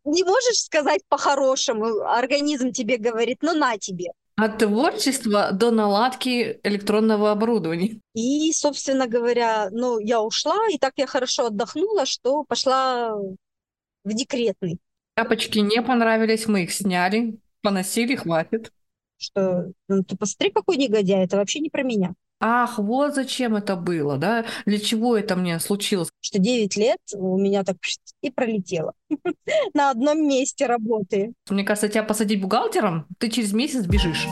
не можешь сказать по-хорошему, организм тебе говорит, ну на тебе. От творчества до наладки электронного оборудования. И, собственно говоря, ну, я ушла, и так я хорошо отдохнула, что пошла в декретный. Тапочки не понравились, мы их сняли, поносили, хватит. Что, ну, ты посмотри, какой негодяй, это вообще не про меня. Ах, вот зачем это было, да? Для чего это мне случилось? Что 9 лет у меня так и пролетело. На одном месте работы. Мне кажется, тебя посадить бухгалтером, ты через месяц бежишь.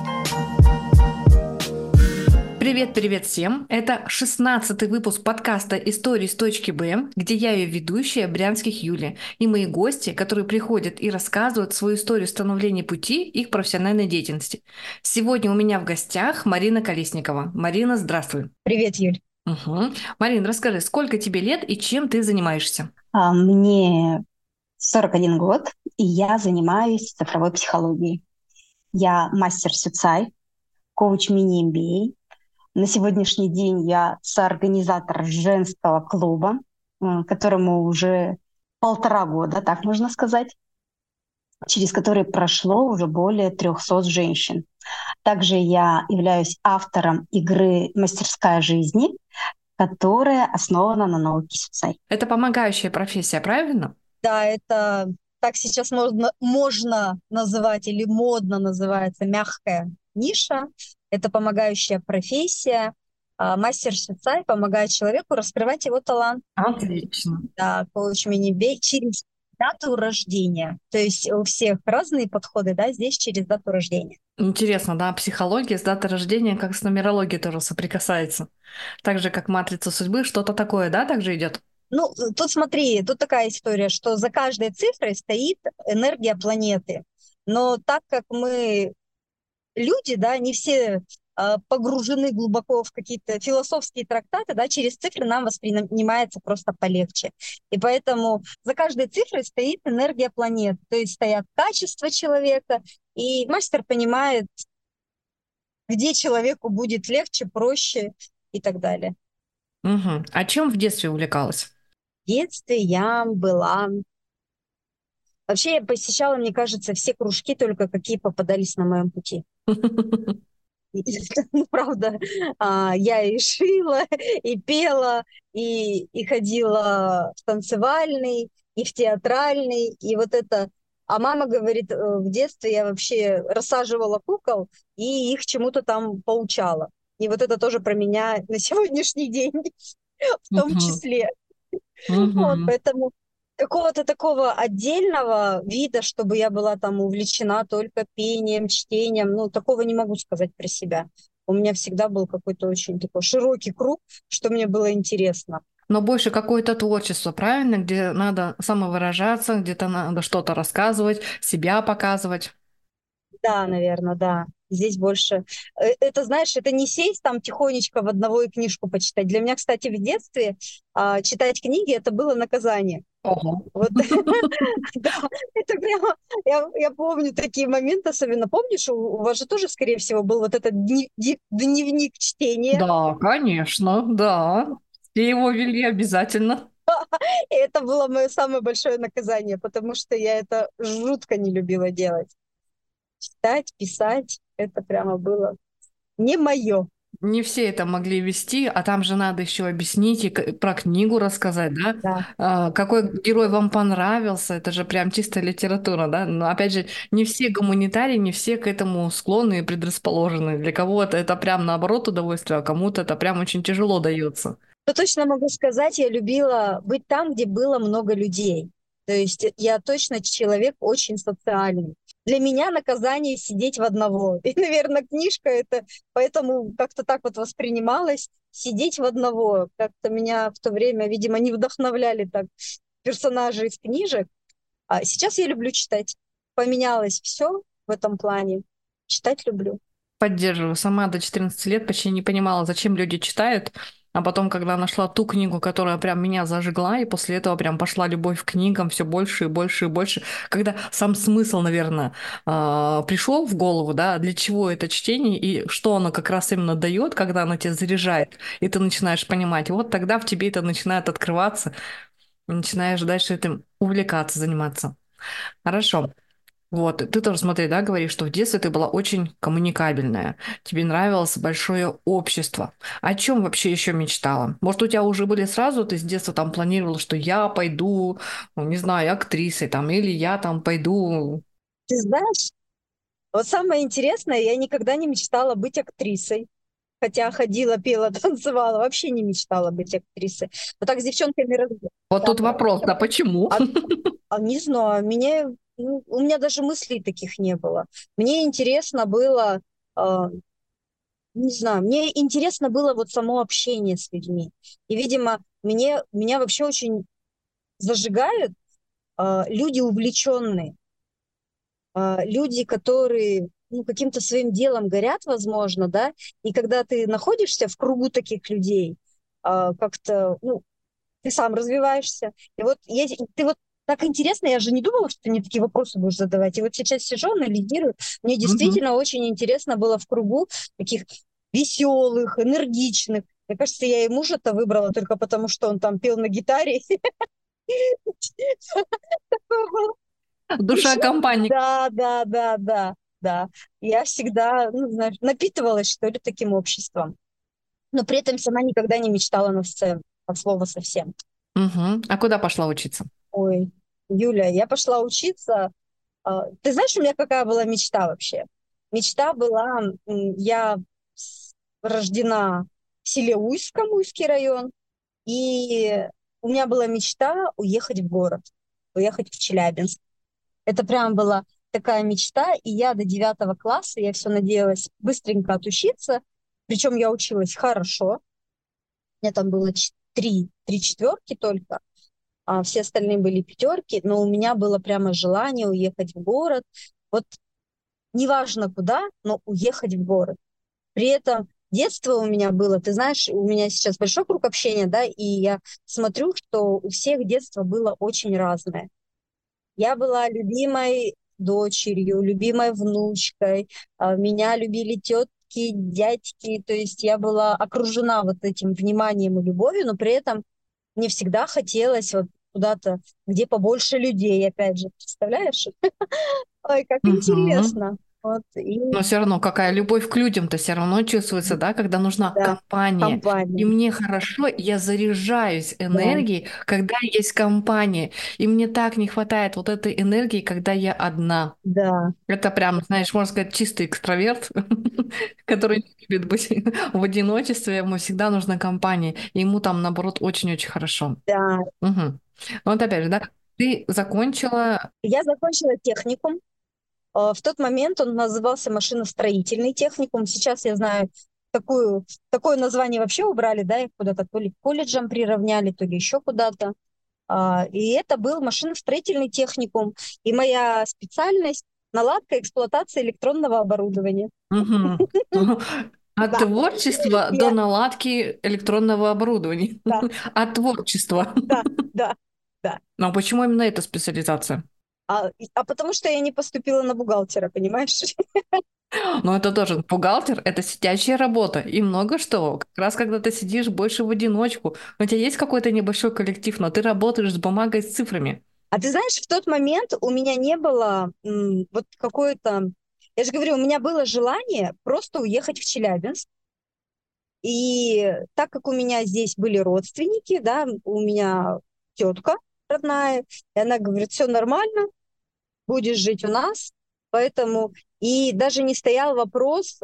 Привет всем! Это 16-й выпуск подкаста «Истории с точки Б», где я ее ведущая, Брянских Юлия, и мои гости, которые приходят и рассказывают свою историю становления пути их профессиональной деятельности. Сегодня у меня в гостях Марина Колесникова. Марина, здравствуй! Привет, Юль. Угу. Марин, расскажи, сколько тебе лет и чем ты занимаешься? Мне 41 год, и я занимаюсь цифровой психологией. Я мастер Сюцай, коуч мини-MBA. На сегодняшний день я соорганизатор женского клуба, которому уже 1,5 года, так можно сказать, через который прошло уже более 300 женщин. Также я являюсь автором игры «Мастерская жизни», которая основана на науке Сюцай. Это помогающая профессия, правильно? Да, это так сейчас можно называть или модно называется мягкая ниша. Это помогающая профессия. Мастер Швейцарии помогает человеку раскрывать его талант. Отлично. Да, коуч мини через дату рождения. То есть у всех разные подходы, да, здесь через дату рождения. Интересно, да, психология с датой рождения как с нумерологией тоже соприкасается. Так же, как матрица судьбы, что-то такое, да, также идет? Ну, тут смотри, тут такая история, что за каждой цифрой стоит энергия планеты. Но так как мы люди, да, не все погружены глубоко в какие-то философские трактаты, да, через цифры нам воспринимается просто полегче. И поэтому за каждой цифрой стоит энергия планет, то есть стоят качества человека, и мастер понимает, где человеку будет легче, проще и так далее. Угу. А чем в детстве увлекалась? В детстве я была... Вообще я посещала, мне кажется, все кружки, только какие попадались на моем пути. Ну, правда, я и шила, и пела, и ходила в танцевальный, и в театральный, и вот это. А мама говорит, в детстве я вообще рассаживала кукол и их чему-то там поучала. И вот это тоже про меня на сегодняшний день в том Угу. числе. Вот, Угу. поэтому какого-то такого отдельного вида, чтобы я была там увлечена только пением, чтением, ну, такого не могу сказать про себя. У меня всегда был какой-то очень такой широкий круг, что мне было интересно. Но больше какое-то творчество, правильно? Где надо самовыражаться, где-то надо что-то рассказывать, себя показывать. Да, наверное, да. Здесь больше... Это, знаешь, это не сесть там тихонечко в одного и книжку почитать. Для меня, кстати, в детстве читать книги — это было наказание. Ого. Вот, да, это прямо, я помню такие моменты, особенно помнишь, у вас же тоже, скорее всего, был вот этот дневник чтения, Да, конечно, да. Все его вели обязательно. и это было мое самое большое наказание, потому что я это жутко не любила делать. Читать, писать, это прямо было не мое. Не все это могли вести, а там же надо еще объяснить и про книгу рассказать, да? Да. Какой герой вам понравился, это же прям чистая литература, да? Но опять же, не все гуманитарии, не все к этому склонны и предрасположены. Для кого-то это прям наоборот удовольствие, а кому-то это прям очень тяжело дается. Но точно могу сказать, я любила быть там, где было много людей. То есть я точно человек очень социальный. Для меня наказание сидеть в одного. И, наверное, книжка это поэтому как-то так вот воспринималась. Сидеть в одного. Как-то меня в то время, видимо, не вдохновляли так персонажи из книжек. А сейчас я люблю читать. Поменялось все в этом плане. Читать люблю. Поддерживаю. Сама до 14 лет почти не понимала, зачем люди читают. А потом, когда нашла ту книгу, которая прям меня зажгла, и после этого прям пошла любовь к книгам все больше и больше и больше. Когда сам смысл, наверное, пришел в голову, да, для чего это чтение и что оно как раз именно дает, когда оно тебя заряжает, и ты начинаешь понимать. И вот тогда в тебе это начинает открываться, и начинаешь дальше этим увлекаться, заниматься. Хорошо. Вот, ты тоже смотри, да, говоришь, что в детстве ты была очень коммуникабельная, тебе нравилось большое общество. О чем вообще еще мечтала? Может, у тебя уже были сразу, ты с детства там планировала, что я пойду, ну, не знаю, актрисой там, или я там пойду. Ты знаешь, вот самое интересное, я никогда не мечтала быть актрисой. Хотя ходила, пела, танцевала, вообще не мечтала быть актрисой. Вот так с девчонками Вот тут вопрос, да, почему? а, не знаю, у меня даже мыслей таких не было. Мне интересно было, а, не знаю, мне интересно было вот само общение с людьми. И, видимо, меня вообще очень зажигают люди увлеченные, люди, которые каким-то своим делом горят, возможно, да, и когда ты находишься в кругу таких людей, как-то, ты сам развиваешься. И вот ты вот так интересно, я же не думала, что ты мне такие вопросы будешь задавать. И вот сейчас сижу, анализирую. Мне Мгм. действительно очень интересно было в кругу таких веселых, энергичных. Мне кажется, я и мужа-то выбрала только потому, что он там пел на гитаре. Душа компании. Да, да, да, да, да. Я всегда, знаешь, напитывалась, что ли, таким обществом. Но при этом сама никогда не мечтала на сцену, от слова совсем. Мгм. А куда пошла учиться? Ой, Юля, я пошла учиться. Ты знаешь, у меня какая была мечта вообще? Мечта была, я рождена в селе Уйском, Уйский район, и у меня была мечта уехать в город, уехать в Челябинск. Это прям была такая мечта, и я до 9 класса, я все надеялась быстренько отучиться, причем я училась хорошо, у меня там было три четверки только, а все остальные были пятерки, но у меня было прямо желание уехать в город. Вот неважно куда, но уехать в город. При этом детство у меня было, ты знаешь, у меня сейчас большой круг общения, да, и я смотрю, что у всех детство было очень разное. Я была любимой дочерью, любимой внучкой, меня любили тетки, дядьки, то есть я была окружена вот этим вниманием и любовью, но при этом мне всегда хотелось вот куда-то, где побольше людей, опять же, представляешь? Ой, как Мгм. интересно. Вот, и Но все равно, какая любовь к людям-то все равно чувствуется, да, когда нужна да, компания. И компания, мне хорошо, я заряжаюсь да, энергией, когда есть компания. И мне так не хватает вот этой энергии, когда я одна. да, Это прям, знаешь, можно сказать, чистый экстраверт, который не любит быть в одиночестве, ему всегда нужна компания. И ему там, наоборот, очень-очень хорошо. да. Мгм. Ну вот опять же, да, ты закончила. Я закончила техникум. В тот момент он назывался машиностроительный техникум. Сейчас я знаю, такое название вообще убрали, да, их куда-то то ли к колледжам приравняли, то ли еще куда-то. И это был машиностроительный техникум. И моя специальность — наладка и эксплуатация электронного оборудования. Мгм. От Да, творчества до я, наладки электронного оборудования. да, От творчества. да, да, да. Но почему именно эта специализация? А потому что я не поступила на бухгалтера, понимаешь? Но это тоже бухгалтер, это сидячая работа. И много что. Как раз когда ты сидишь больше в одиночку, у тебя есть какой-то небольшой коллектив, но ты работаешь с бумагой, с цифрами. А ты знаешь, в тот момент у меня не было вот какое-то... Я же говорю, у меня было желание просто уехать в Челябинск. И так как у меня здесь были родственники, да, у меня тетка родная, и она говорит, все нормально, будешь жить у нас. Поэтому и даже не стоял вопрос,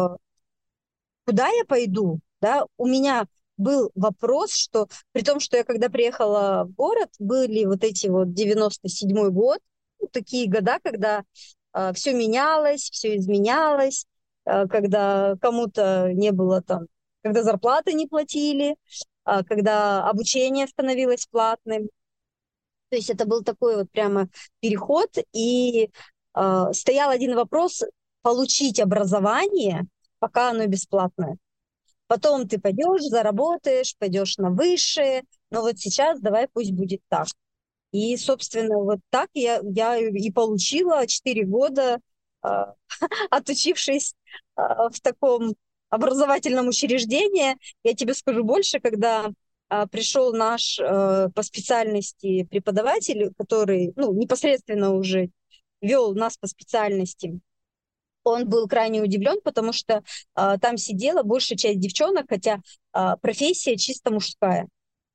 куда я пойду, да, у меня был вопрос, что при том, что я когда приехала в город, были вот эти вот 97-й год, такие года, когда все менялось, все изменялось, когда кому-то не было там, когда зарплаты не платили, когда обучение становилось платным. То есть это был такой вот прямо переход, и стоял один вопрос — получить образование, пока оно бесплатное. Потом ты пойдешь, заработаешь, пойдешь на высшее, но вот сейчас давай пусть будет так. И, собственно, вот так я и получила 4 года, а, отучившись в таком образовательном учреждении. Я тебе скажу больше, когда пришел наш по специальности преподаватель, который, ну, непосредственно уже вел нас по специальности. Он был крайне удивлен, потому что там сидела большая часть девчонок, хотя профессия чисто мужская.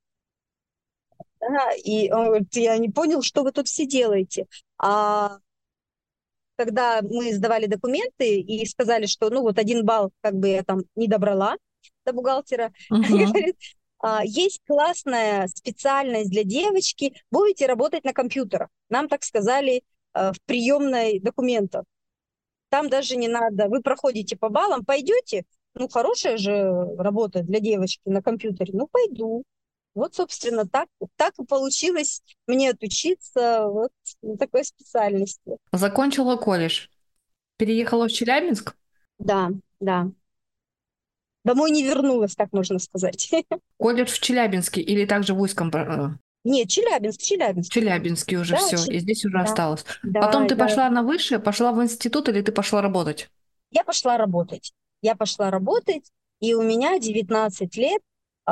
Да, и он говорит, я не понял, что вы тут все делаете. А когда мы сдавали документы и сказали, что ну вот 1 балл как бы я там не добрала до бухгалтера, говорит, есть классная специальность для девочки, будете работать на компьютерах. Нам так сказали в приемной документов. Там даже не надо, вы проходите по баллам, пойдете, ну хорошая же работа для девочки на компьютере, ну пойду. Вот, собственно, так и получилось мне отучиться вот на такой специальности. Закончила колледж. Переехала в Челябинск? Да, да. Домой не вернулась, так можно сказать. Колледж в Челябинске или также в Уйском? Нет, Челябинск. Челябинске уже Да, все, и здесь уже да, осталось. Потом да, ты да. пошла на высшее, пошла в институт или ты пошла работать? Я пошла работать. И у меня 19 лет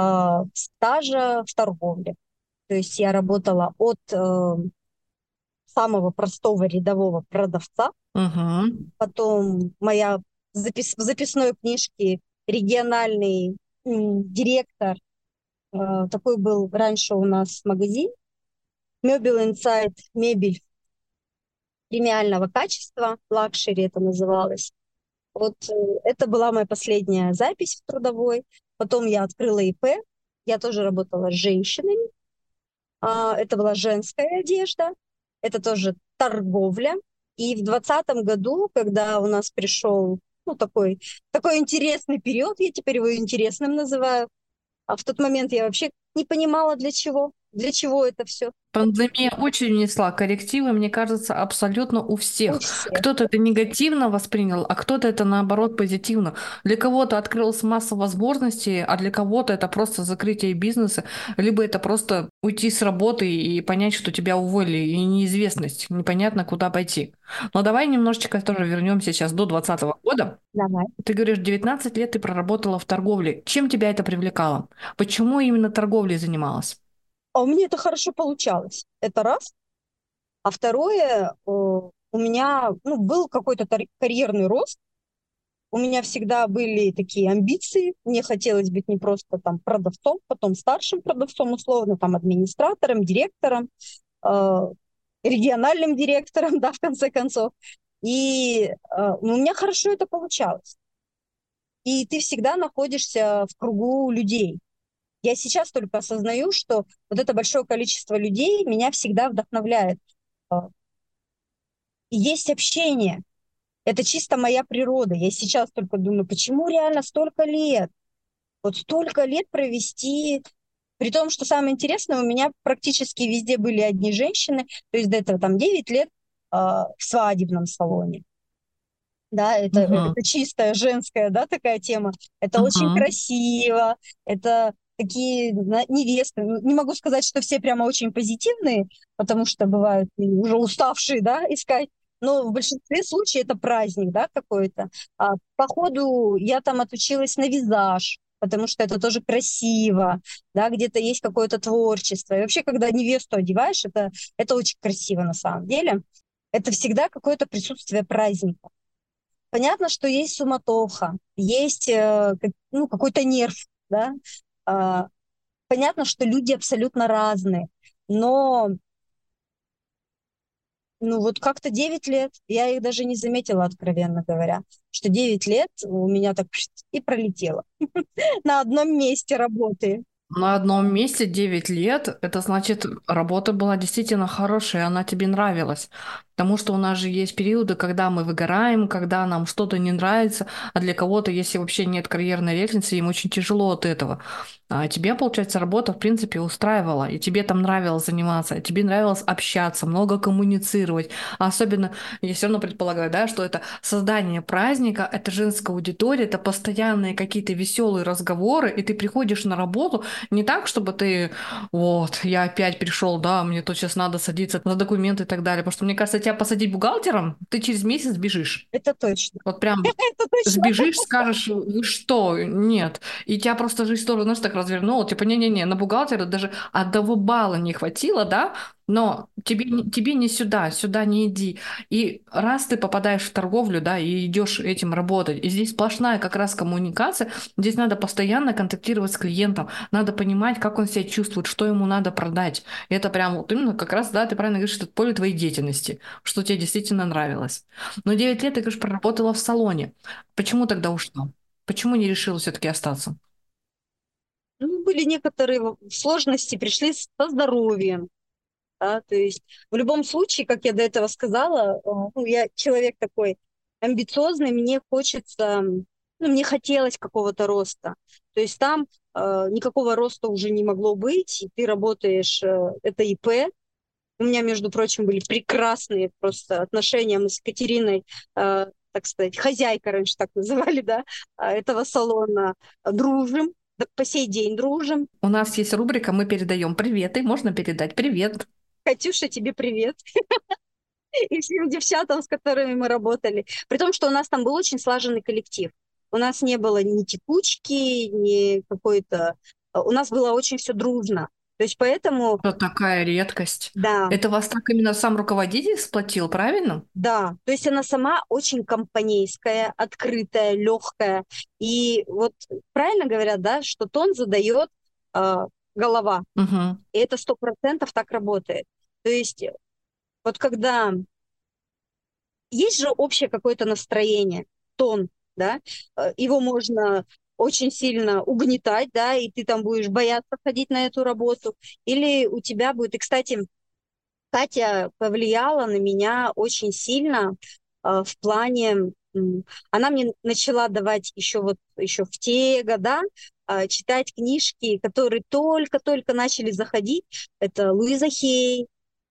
стажа в торговле. То есть я работала от самого простого рядового продавца. Угу. Потом моя в записной книжке региональный директор. Такой был раньше у нас магазин. Mobile Insight, мебель премиального качества, лакшери это называлось. Вот это была моя последняя запись в трудовой. Потом я открыла ИП. Я тоже работала с женщинами. Это была женская одежда. Это тоже торговля. И в 2020 году, когда у нас пришел ну, такой интересный период, я теперь его интересным называю, а в тот момент я вообще не понимала, для чего это все. Пандемия очень внесла коррективы, мне кажется, абсолютно у У всех. всех. Кто-то это негативно воспринял, а кто-то это наоборот позитивно. Для кого-то открылась масса возможностей, а для кого-то это просто закрытие бизнеса, либо это просто уйти с работы и понять, что тебя уволили, и неизвестность, непонятно куда пойти. Но давай немножечко тоже вернемся сейчас до 2020 года. Давай. Ты говоришь, 19 лет ты проработала в торговле. Чем тебя это привлекало? Почему именно торговлей занималась? А у меня это хорошо получалось. Это раз. А второе, у меня был какой-то карьерный рост. У меня всегда были такие амбиции. Мне хотелось быть не просто там продавцом, потом старшим продавцом, условно, там администратором, директором, э, региональным директором, да, в конце концов. И у меня хорошо это получалось. И ты всегда находишься в кругу людей. Я сейчас только осознаю, что вот это большое количество людей меня всегда вдохновляет. Есть общение. Это чисто моя природа. Я сейчас только думаю, почему реально столько лет? Вот столько лет провести, при том, что самое интересное, у меня практически везде были одни женщины, то есть до этого там 9 лет в свадебном салоне. Да, Угу. это чистая женская, да, такая тема. Это очень Угу. красиво, это такие невесты. Не могу сказать, что все прямо очень позитивные, потому что бывают и уже уставшие, да, искать. Но в большинстве случаев это праздник, да, какой-то. По ходу я там отучилась на визаж, потому что это тоже красиво, да, где-то есть какое-то творчество. И вообще, когда невесту одеваешь, это очень красиво на самом деле. Это всегда какое-то присутствие праздника. Понятно, что есть суматоха, есть какой-то нерв, да. А, Понятно, что люди абсолютно разные, но вот как-то 9 лет, я их даже не заметила, откровенно говоря, что 9 лет у меня так и пролетело на одном месте работы. На одном месте 9 лет, это значит, работа была действительно хорошая, она тебе нравилась. Потому что у нас же есть периоды, когда мы выгораем, когда нам что-то не нравится, а для кого-то, если вообще нет карьерной лестницы, им очень тяжело от этого. А тебе, получается, работа, в принципе, устраивала, и тебе там нравилось заниматься, и тебе нравилось общаться, много коммуницировать. А особенно, я все равно предполагаю, да, что это создание праздника, это женская аудитория, это постоянные какие-то веселые разговоры, и ты приходишь на работу, не так, чтобы ты, вот, я опять пришел, да, мне тут сейчас надо садиться за документы и так далее. Потому что, мне кажется, тебя посадить бухгалтером, ты через месяц сбежишь. Это точно. Вот прям Это точно. сбежишь, скажешь, вы что, нет. И тебя просто жизнь тоже, знаешь, так развернула, типа, не-не-не, на бухгалтера даже одного балла не хватило, да, но тебе не сюда, сюда не иди. И раз ты попадаешь в торговлю, да, и идешь этим работать, и здесь сплошная как раз коммуникация, здесь надо постоянно контактировать с клиентом, надо понимать, как он себя чувствует, что ему надо продать. И это прям вот именно как раз, да, ты правильно говоришь, это поле твоей деятельности, что тебе действительно нравилось. Но 9 лет ты, говоришь, проработала в салоне. Почему тогда ушла? Почему не решила все-таки остаться? Ну, были некоторые сложности, пришли со здоровьем. Да, то есть в любом случае, как я до этого сказала, ну, я человек такой амбициозный, мне хочется, ну, мне хотелось какого-то роста. То есть там никакого роста уже не могло быть, и ты работаешь, это ИП. У меня, между прочим, были прекрасные просто отношения. Мы с Екатериной, так сказать, хозяйка раньше так называли, да, этого салона, дружим, по сей день дружим. У нас есть рубрика «Мы передаем привет», и можно передать привет. Катюша, тебе привет. И всем девчатам, с которыми мы работали. При том, что у нас там был очень слаженный коллектив. У нас не было ни текучки, ни какой-то... У нас было очень все дружно. То есть поэтому, Вот такая редкость. да, Это вас так именно сам руководитель сплотил, правильно? да. То есть она сама очень компанейская, открытая, легкая. И вот правильно говорят, да, что тон задает голова. Угу. И это 100% так работает. То есть вот когда есть же общее какое-то настроение, тон, да, его можно очень сильно угнетать, да, и ты там будешь бояться ходить на эту работу, или у тебя будет, и, кстати, Катя повлияла на меня очень сильно в плане, она мне начала давать еще в те года читать книжки, которые только-только начали заходить. Это Луиза Хей,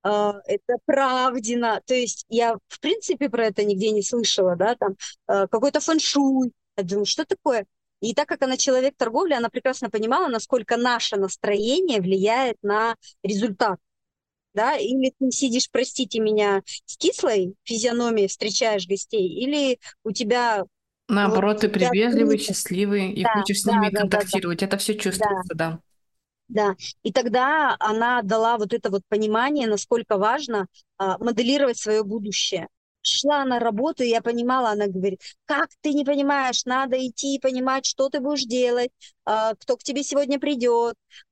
это Правдина. То есть я, в принципе, про это нигде не слышала, да, там какой-то фэншуй. Я думаю, что такое? И так как она человек торговли, она прекрасно понимала, насколько наше настроение влияет на результат. Да, или ты сидишь, простите меня, с кислой физиономией встречаешь гостей, или у тебя вот Наоборот, ты тебя приветливый, открыто. счастливый и Да, хочешь с да, ними да, да, да, контактировать. Это все да, чувствуется, да. да. И тогда она дала вот это вот понимание, насколько важно моделировать свое будущее. Шла на работу, и я понимала, она говорит, как ты не понимаешь, надо идти и понимать, что ты будешь делать, кто к тебе сегодня придет.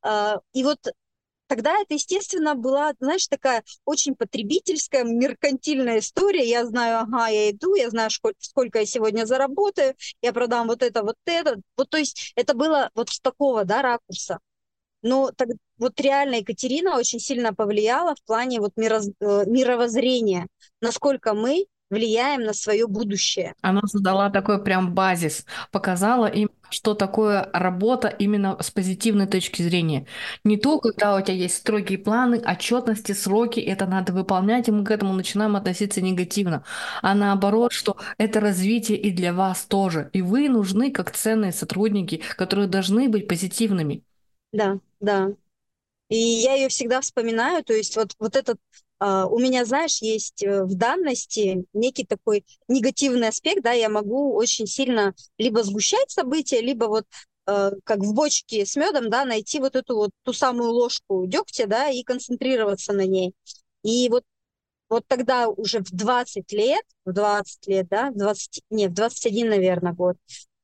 И вот тогда это, естественно, была, знаешь, такая очень потребительская, меркантильная история. Я знаю, ага, я иду, я знаю, сколько я сегодня заработаю, я продам вот это, вот это. Вот, то есть это было вот с такого, да, ракурса. Но так, вот реально Екатерина очень сильно повлияла в плане вот мировоззрения, насколько мы влияем на свое будущее. Она задала такой прям базис, показала им, что такое работа именно с позитивной точки зрения. Не то, когда у тебя есть строгие планы, отчетности, сроки, это надо выполнять, и мы к этому начинаем относиться негативно. А наоборот, что это развитие и для вас тоже. И вы нужны как ценные сотрудники, которые должны быть позитивными. Да, да. И я ее всегда вспоминаю, то есть вот этот, у меня, знаешь, есть в данности некий такой негативный аспект, да, я могу очень сильно либо сгущать события, либо вот как в бочке с медом, да, найти вот эту вот ту самую ложку дегтя, да, и концентрироваться на ней. И вот тогда уже в 20 лет, да, в 21, наверное, год,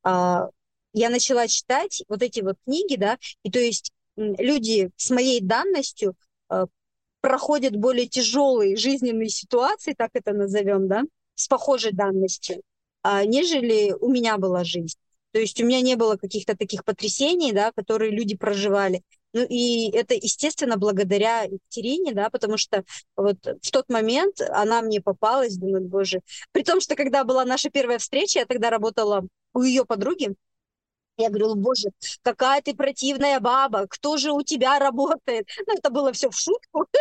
я начала читать вот эти вот книги, да, и то есть люди с моей данностью проходят более тяжелые жизненные ситуации, так это назовем, да, с похожей данностью, нежели у меня была жизнь. То есть у меня не было каких-то таких потрясений, да, которые люди проживали. Ну и это, естественно, благодаря Екатерине, да, потому что вот в тот момент она мне попалась, думаю, боже. При том, что когда была наша первая встреча, я тогда работала у ее подруги, я говорила, боже, какая ты противная баба, кто же у тебя работает? Ну, это было все в шутку.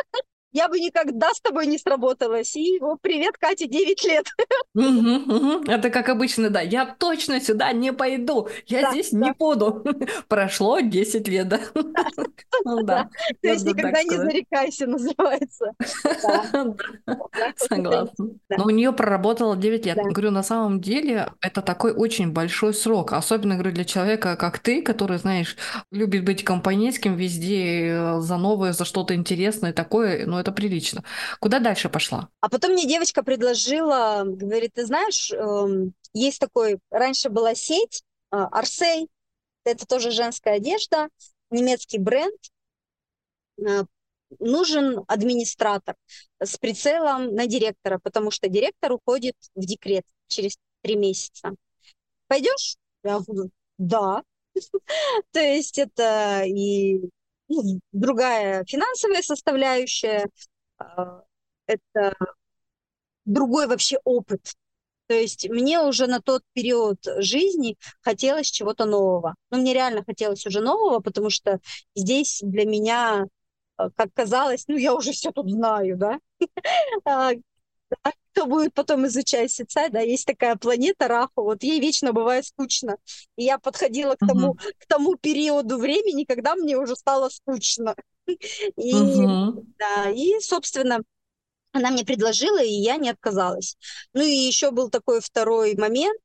я бы никогда с тобой не сработалась. И вот привет, Катя, 9 лет. Мгм, мгм. Это как обычно, да. Я точно сюда не пойду. Я Да, здесь не да, буду. Прошло 10 лет, да? Ну да. да, То есть можно так никогда не сказать. зарекайся, называется. Да, Да, вот так вот это есть. согласна. Да, Но у нее проработало 9 лет. да. Говорю, на самом деле это такой очень большой срок. Особенно, говорю, для человека, как ты, который, знаешь, любит быть компанейским везде, за новое, за что-то интересное такое, ну это прилично. Куда дальше пошла? А потом мне девочка предложила, говорит, ты знаешь, есть такой, раньше была сеть, Арсей, это тоже женская одежда, немецкий бренд, э, нужен администратор с прицелом на директора, потому что директор уходит в декрет через 3 месяца. Пойдешь? Я говорю, да. То есть это и другая финансовая составляющая, а, это другой вообще опыт. То есть мне уже на тот период жизни хотелось чего-то нового. Ну, мне реально хотелось уже нового, потому что здесь для меня, как казалось, ну, я уже все тут знаю, да. А, Кто будет потом изучать сицай, да, есть такая планета Раху, вот ей вечно бывает скучно. И я подходила Мгм. к тому периоду времени, когда мне уже стало скучно. И, Мгм. да, и, собственно, она мне предложила, и я не отказалась. Ну и еще был такой второй момент,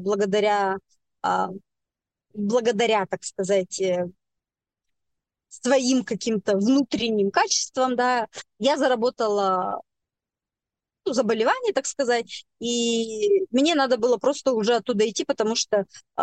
а, благодаря, так сказать, своим каким-то внутренним качествам, да, я заработала, ну, заболевание, так сказать, и мне надо было просто уже оттуда идти, потому что,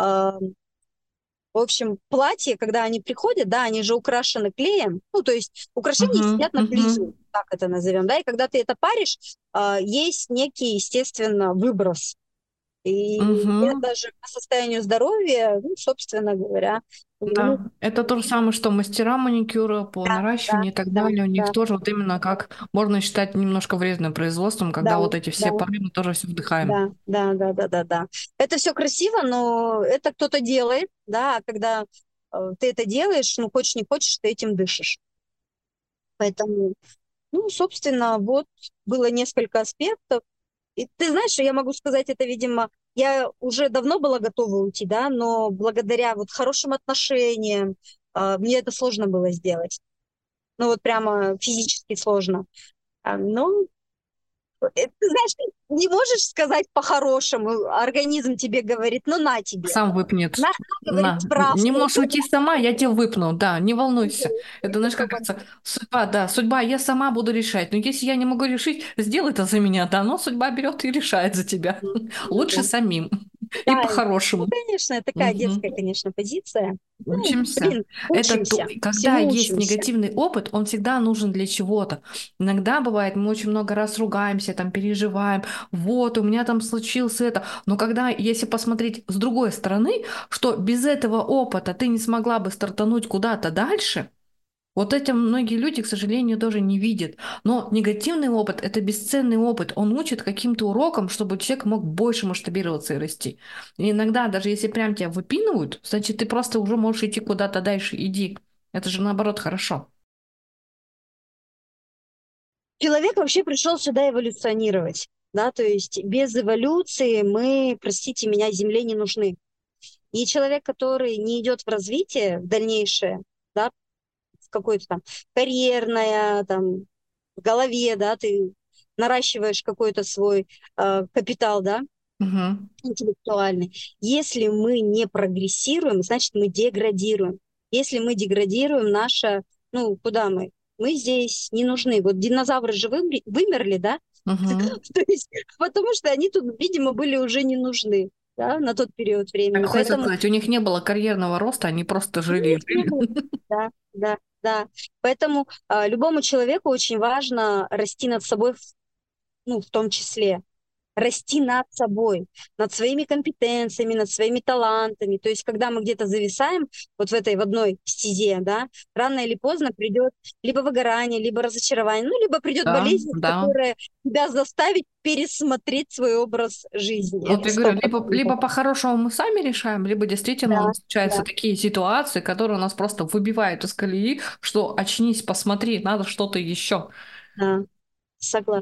в общем, платья, когда они приходят, да, они же украшены клеем, ну, то есть украшения Мгм. сидят на Мгм. клею, так это назовем, да, и когда ты это паришь, есть некий, естественно, выброс. И я Мгм. даже по состоянию здоровья, ну, собственно говоря, ну, Да, это то же самое, что мастера маникюра по да, наращиванию и так да, далее. У них да, тоже вот именно как можно считать немножко вредным производством, да, когда вот эти да, все пары мы тоже все вдыхаем. да, да, да, да, да, да. Это все красиво, но это кто-то делает, да, а когда ты это делаешь, ну, хочешь не хочешь, ты этим дышишь. Поэтому, ну, собственно, вот было несколько аспектов. И ты знаешь, что я могу сказать, это, видимо, я уже давно была готова уйти, да, но благодаря вот хорошим отношениям мне это сложно было сделать. Ну, вот прямо физически сложно. Ну, ты знаешь, не можешь сказать по-хорошему, организм тебе говорит, ну, на тебе. Сам выпнет. Говорит, На. Не справку. можешь уйти сама, я тебя выпну. Да, не волнуйся. Это, знаешь, как говорится, судьба, да, судьба, я сама буду решать. Но если я не могу решить, сделай это за меня, да, но судьба берет и решает за тебя. Лучше самим. И Да, ну, по-хорошему. конечно, такая Мгм. детская, конечно, позиция. Ну, Учимся. блин, Это учимся, когда всему есть учимся. негативный опыт, он всегда нужен для чего-то. Иногда бывает, мы очень много раз ругаемся, там переживаем, вот, у меня там случилось это. Но когда, если посмотреть с другой стороны, что без этого опыта ты не смогла бы стартануть куда-то дальше, вот это многие люди, к сожалению, тоже не видят. Но негативный опыт– это бесценный опыт. Он учит каким-то урокам, чтобы человек мог больше масштабироваться и расти. И иногда, даже если прям тебя выпинывают, значит, ты просто уже можешь идти куда-то дальше. Иди. Это же наоборот хорошо. Человек вообще пришел сюда эволюционировать, да, то есть без эволюции мы, простите меня, Земле не нужны. И человек, который не идет в развитие в дальнейшее, да, в какое-то там карьерное, там, в голове, да, ты наращиваешь какой-то свой капитал, да, Мгм. интеллектуальный. Если мы не прогрессируем, значит, мы деградируем. Если мы деградируем, наша, ну, куда мы? Мы здесь не нужны. Вот динозавры же вымерли, да? Мгм. То есть, потому что они тут, видимо, были уже не нужны, да, на тот период Так времени. хочется Поэтому сказать, у них не было карьерного роста, они просто жили нет, и не жили. было. Да, да, да. Поэтому любому человеку очень важно расти над собой, ну, в том числе расти над собой, над своими компетенциями, над своими талантами. То есть, когда мы где-то зависаем вот в одной стезе, да, рано или поздно придет либо выгорание, либо разочарование, ну, либо придет Да, болезнь, да. которая тебя заставит пересмотреть свой образ жизни. Вот Это я сто говорю, либо процентов. по-хорошему мы сами решаем, либо действительно у Да, нас случаются да. такие ситуации, которые нас просто выбивают из колеи, что очнись, посмотри, надо что-то еще. Да, согласна.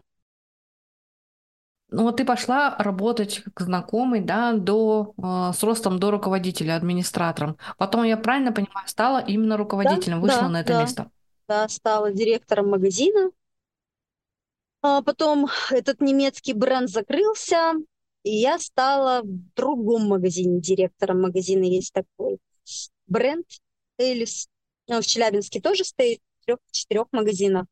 Ну вот ты пошла работать как знакомый, да, с ростом до руководителя, администратором. Потом, я правильно понимаю, стала именно Да, руководителем, вышла да, на это да, место. да, стала директором магазина. А потом этот немецкий бренд закрылся, и я стала в другом магазине директором магазина. Есть такой бренд Элис. Он в Челябинске тоже стоит, в 3-4 магазинах.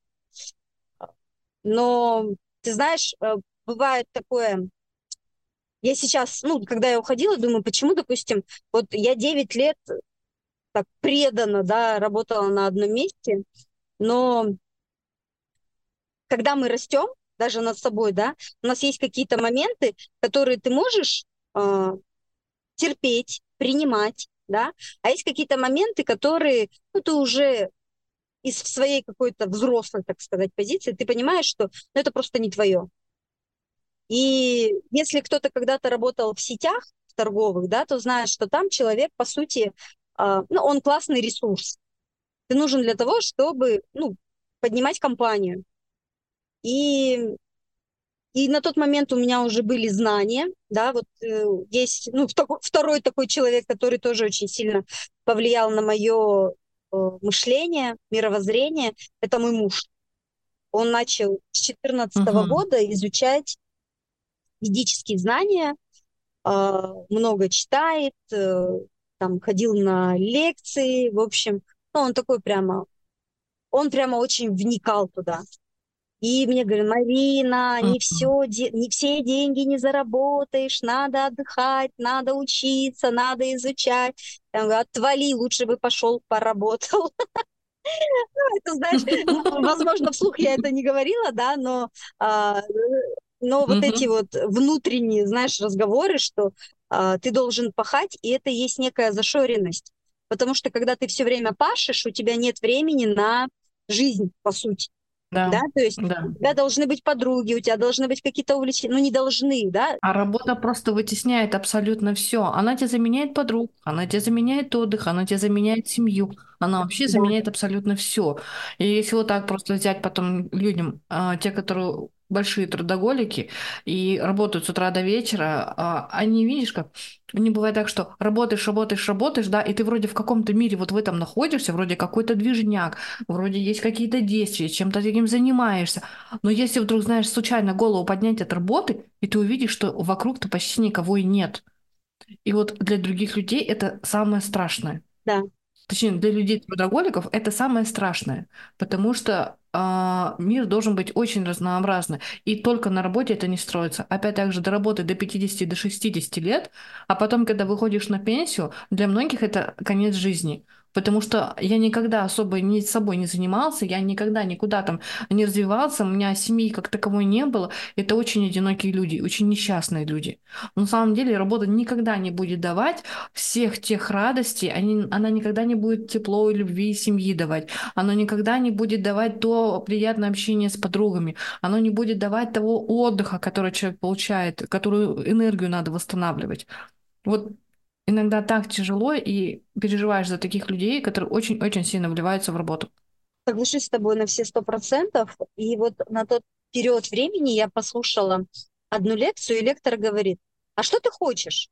Но, ты знаешь, бывает такое, я сейчас, ну, когда я уходила, думаю, почему, допустим, вот я 9 лет так преданно, да, работала на одном месте, но когда мы растем, даже над собой, да, у нас есть какие-то моменты, которые ты можешь терпеть, принимать, да, а есть какие-то моменты, которые, ну, ты уже из своей какой-то взрослой, так сказать, позиции, ты понимаешь, что ну, это просто не твое. И если кто-то когда-то работал в сетях в торговых, да, то знает, что там человек, по сути, ну, он классный ресурс. Ты нужен для того, чтобы, ну, поднимать компанию. И И на тот момент у меня уже были знания, да, вот есть, ну, второй такой человек, который тоже очень сильно повлиял на мое мышление, мировоззрение, это мой муж. Он начал с 2014 Мгм. года изучать ведические знания, много читает, там ходил на лекции, в общем, ну, он прямо очень вникал туда. И мне говорят, Марина, Мгм. не все деньги не заработаешь, надо отдыхать, надо учиться, надо изучать. Я говорю, отвали, лучше бы пошел поработал. Это, знаешь, возможно, вслух я это не говорила, да, а, но вот эти Мгм. вот внутренние, знаешь, разговоры, что ты должен пахать, и это есть некая зашоренность. Потому что когда ты все время пашешь, у тебя нет времени на жизнь, по сути. Да, Да, то есть да. у тебя должны быть подруги, у тебя должны быть какие-то увлечения, ну не должны, да, А работа просто вытесняет абсолютно все. Она тебе заменяет подруг, она тебе заменяет отдых, она тебе заменяет семью, она вообще да, заменяет абсолютно все. И если вот так просто взять потом людям, те, которые большие трудоголики и работают с утра до вечера, они, видишь, как не бывает так, что работаешь, работаешь, работаешь, да, и ты вроде в каком-то мире вот в этом находишься, вроде какой-то движняк, вроде есть какие-то действия, чем-то таким занимаешься, но если вдруг, знаешь, случайно голову поднять от работы, и ты увидишь, что вокруг-то почти никого и нет. И вот для других людей это самое страшное. да. Точнее, для людей-трудоголиков это самое страшное, потому что мир должен быть очень разнообразный. И только на работе это не строится. Опять также до работы до 50, до 60 лет, а потом, когда выходишь на пенсию, для многих это конец жизни. Потому что я никогда особо ни с собой не занимался, я никогда никуда там не развивался, у меня семьи как таковой не было. Это очень одинокие люди, очень несчастные люди. Но на самом деле работа никогда не будет давать всех тех радостей, она никогда не будет тепло и любви и семьи давать. Оно никогда не будет давать то приятное общение с подругами. Оно не будет давать того отдыха, который человек получает, которую энергию надо восстанавливать. Вот иногда так тяжело, и переживаешь за таких людей, которые очень-очень сильно вливаются в работу. Соглашусь с тобой на все 100%. И вот на тот период времени я послушала одну лекцию, и лектор говорит, а что ты хочешь?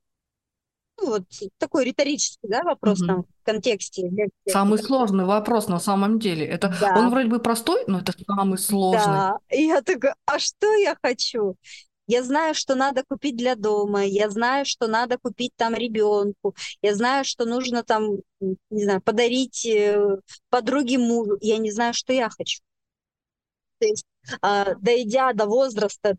Ну, вот такой риторический, да, вопрос там Мгм. в контексте лекции. Самый сложный вопрос на самом деле. Это он Да, вроде бы простой, но это самый сложный. да. И я такая, а что я хочу? Я знаю, что надо купить для дома, я знаю, что надо купить там ребенку, я знаю, что нужно там, не знаю, подарить подруге мужу. Я не знаю, что я хочу. То есть, дойдя до возраста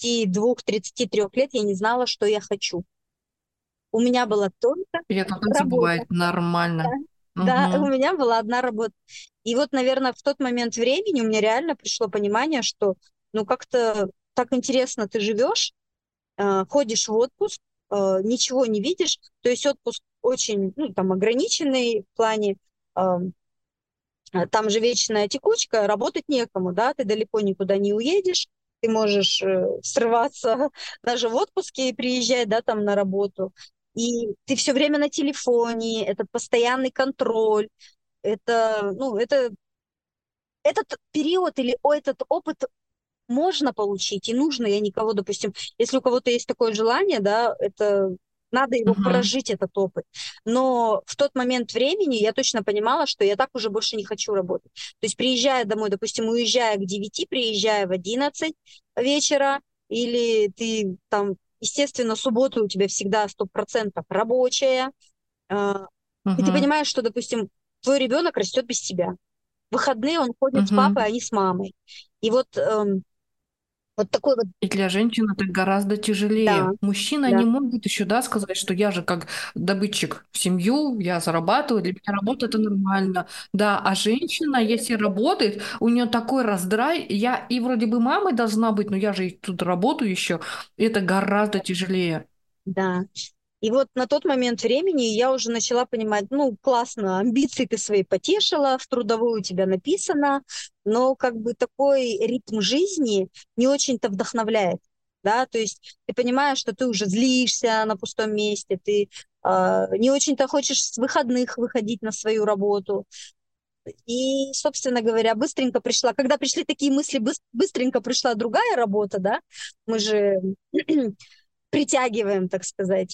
32-33 лет, я не знала, что я хочу. У меня была только И это тоже работа. бывает Да, нормально. да, у Мгм. меня была одна работа. И вот, наверное, в тот момент времени у меня реально пришло понимание, что ну как-то так интересно ты живешь, ходишь в отпуск, ничего не видишь. То есть отпуск очень, ну, там, ограниченный в плане, там же вечная текучка, работать некому, да, ты далеко никуда не уедешь, ты можешь срываться даже в отпуске и приезжать, да, там на работу. И ты все время на телефоне, этот постоянный контроль, это, ну, этот период или этот опыт можно получить и нужно. Я никого, допустим, если у кого-то есть такое желание, да, это надо его Мгм. прожить, этот опыт. Но в тот момент времени я точно понимала, что я так уже больше не хочу работать. То есть приезжая домой, допустим, уезжая к 9, приезжая в 11 вечера, или ты там, естественно, суббота у тебя всегда 100% рабочая, а, и ты Мгм. понимаешь, что, допустим, твой ребенок растет без тебя. В выходные он ходит с папой, а Мгм. не с мамой. И вот такой вот, И для женщин это гораздо да, тяжелее. Мужчина да, не может еще, да, сказать, что я же как добытчик в семью, я зарабатываю, для меня работа это нормально. Да, а женщина, если работает, у нее такой раздрай, я и вроде бы мамой должна быть, но я же и тут работаю еще, это гораздо тяжелее. да. И вот на тот момент времени я уже начала понимать, ну, классно, амбиции ты свои потешила, в трудовую у тебя написано, но как бы такой ритм жизни не очень-то вдохновляет, да, то есть ты понимаешь, что ты уже злишься на пустом месте, ты не очень-то хочешь с выходных выходить на свою работу. И, собственно говоря, быстренько пришла, когда пришли такие мысли, быстренько пришла другая работа, да, мы же притягиваем, так сказать.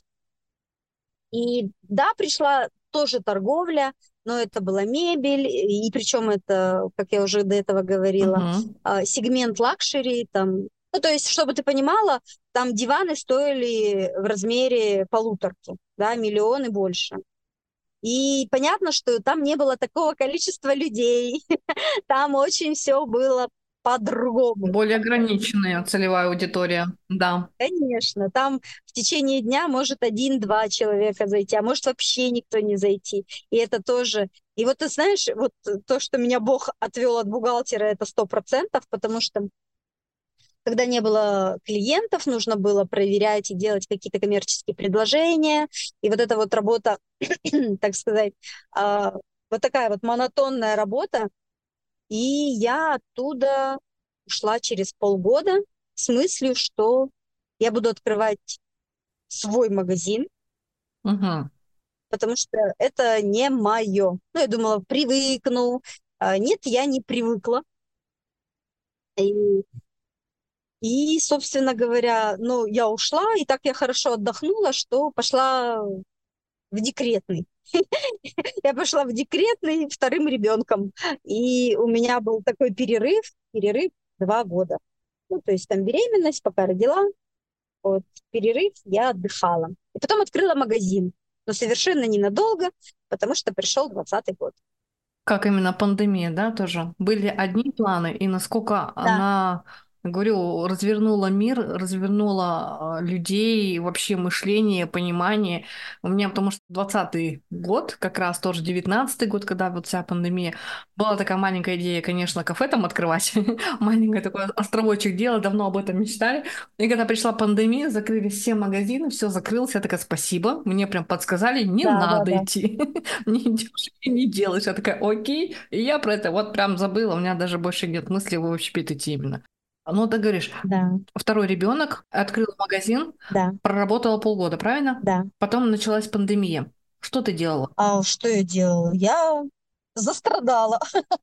И да, пришла тоже торговля, но это была мебель, и причем это, как я уже до этого говорила, Мгм. сегмент лакшери, там, ну, то есть, чтобы ты понимала, там диваны стоили в размере полуторки, да, миллион и больше. И понятно, что там не было такого количества людей, там очень все было по-другому. Более ограниченная целевая аудитория, да. Конечно, там в течение дня может один-два человека зайти, а может вообще никто не зайти. И это тоже. И вот ты знаешь, вот то, что меня Бог отвел от бухгалтера, это 100%, потому что когда не было клиентов, нужно было проверять и делать какие-то коммерческие предложения. И вот эта вот работа, так сказать, а, вот такая вот монотонная работа. И я оттуда ушла через полгода с мыслью, что я буду открывать свой магазин, Мгм. потому что это не мое. Ну, я думала, привыкну. Нет, я не привыкла. И, собственно говоря, ну, я ушла, и так я хорошо отдохнула, что пошла в декретный. Я пошла в декретный вторым ребенком. И у меня был такой перерыв 2 года. Ну, то есть там беременность, пока родила, вот, перерыв, я отдыхала. И потом открыла магазин, но совершенно ненадолго, потому что пришел 2020 год. Как именно пандемия, да, тоже? Были одни планы, и насколько Да, она, говорю, развернула мир, развернула людей, вообще мышление, понимание. У меня, потому что 20-й год, как раз тоже 19-й год, когда вот вся пандемия, была такая маленькая идея, конечно, кафе там открывать, маленькое такое островочек дела, давно об этом мечтали. И когда пришла пандемия, закрыли все магазины, все закрылось, я такая, спасибо, мне прям подсказали, не да, да, надо да, идти. Не идешь и не делаешь. Я такая, окей. И я про это вот прям забыла. У меня даже больше нет мысли в общепит идти именно. Ну, ты говоришь, да, второй ребенок, открыл магазин, да, проработала полгода, правильно? да. Потом началась пандемия. Что ты делала? А что я делала? Я застрадала.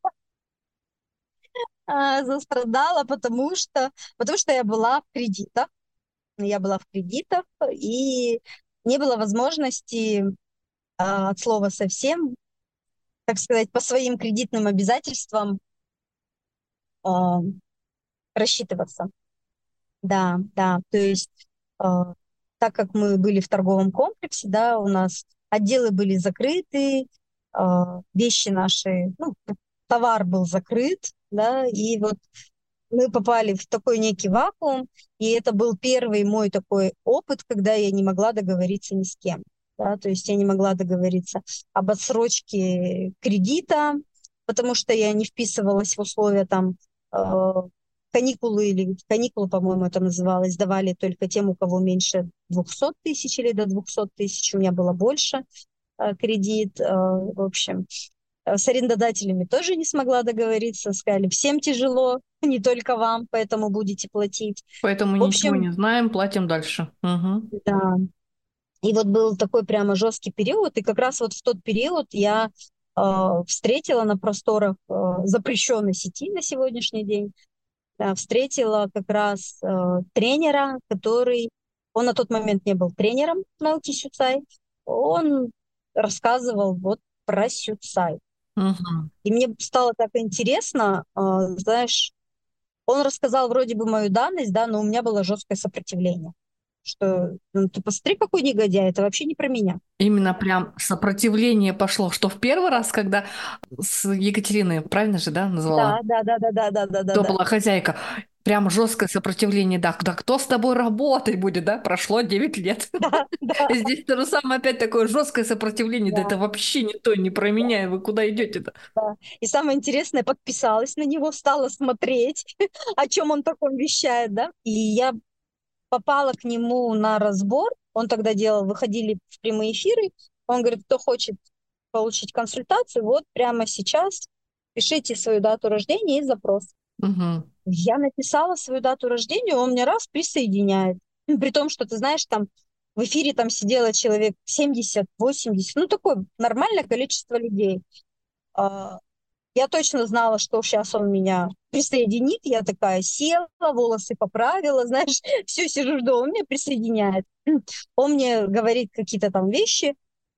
Застрадала, потому что я была в кредитах. Я была в кредитах, и не было возможности от слова совсем, так сказать, по своим кредитным обязательствам а, рассчитываться. Да, да, то есть так как мы были в торговом комплексе, да, у нас отделы были закрыты, вещи наши, ну, товар был закрыт, да, и вот мы попали в такой некий вакуум, и это был первый мой такой опыт, когда я не могла договориться ни с кем. Да, то есть я не могла договориться об отсрочке кредита, потому что я не вписывалась в условия там э, каникулы или каникулы, по-моему, это называлось, давали только тем, у кого меньше 200 тысяч или до 200 тысяч, у меня было больше кредит, в общем. С арендодателями тоже не смогла договориться, сказали, всем тяжело, не только вам, поэтому будете платить. Поэтому В ничего общем, не знаем, платим дальше. Мгм. да. И вот был такой прямо жесткий период, и как раз вот в тот период я встретила на просторах запрещенной сети на сегодняшний день, встретила как раз тренера, он на тот момент не был тренером науки Сюцай, он рассказывал вот про Сюцай. Мгм. И мне стало так интересно, знаешь, он рассказал вроде бы мою данность, да, но у меня было жесткое сопротивление. Что, ну, ты посмотри, какой негодяй, это вообще не про меня. Именно прям сопротивление пошло, что в первый раз, когда с Екатериной, правильно же, да, назвала? Да, да, да, да, да, да, да, да, Кто да. была хозяйка? Прям жесткое сопротивление, да, да, кто с тобой работать будет, да? Прошло 9 лет. Да, да, Здесь то же самое, опять такое жесткое сопротивление, да да, это вообще не то, не про меня, и вы куда идете-то? да. И самое интересное, подписалась на него, стала смотреть, о чем он таком вещает, да. И я попала к нему на разбор. Он тогда выходили в прямые эфиры. Он говорит, кто хочет получить консультацию, вот прямо сейчас пишите свою дату рождения и запрос. Мгм. Я написала свою дату рождения, он мне раз присоединяет. При том, что, ты знаешь, там в эфире там сидело человек 70-80, ну такое нормальное количество людей. А, Я точно знала, что сейчас он меня присоединит. Я такая села, волосы поправила, знаешь, все сижу, жду, он меня присоединяет. Он мне говорит какие-то там вещи,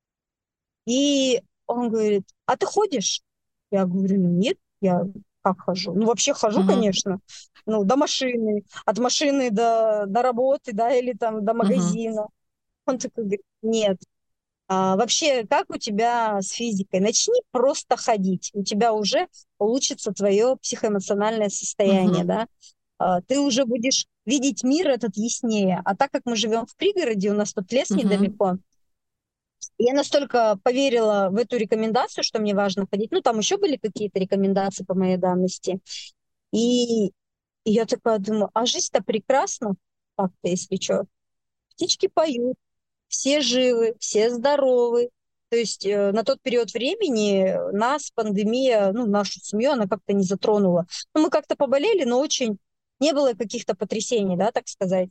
и он говорит, а ты ходишь? Я говорю, «Ну, нет, я как хожу? Ну, вообще хожу, Мгм. конечно, ну, до машины, от машины до работы, да, или там до Мгм. магазина. Он такой говорит, нет, вообще, как у тебя с физикой? Начни просто ходить, у тебя уже улучшится твое психоэмоциональное состояние, Мгм. да. Ты уже будешь видеть мир этот яснее. А так как мы живем в пригороде, у нас тут лес Мгм. недалеко, я настолько поверила в эту рекомендацию, что мне важно ходить. Ну, там еще были какие-то рекомендации по моей данности. И, и я такая думаю, а жизнь-то прекрасна, так-то, если что. Птички поют, все живы, все здоровы. То есть на тот период времени нас пандемия, ну, нашу семью, она как-то не затронула. Ну, мы как-то поболели, но очень не было каких-то потрясений, да, так сказать.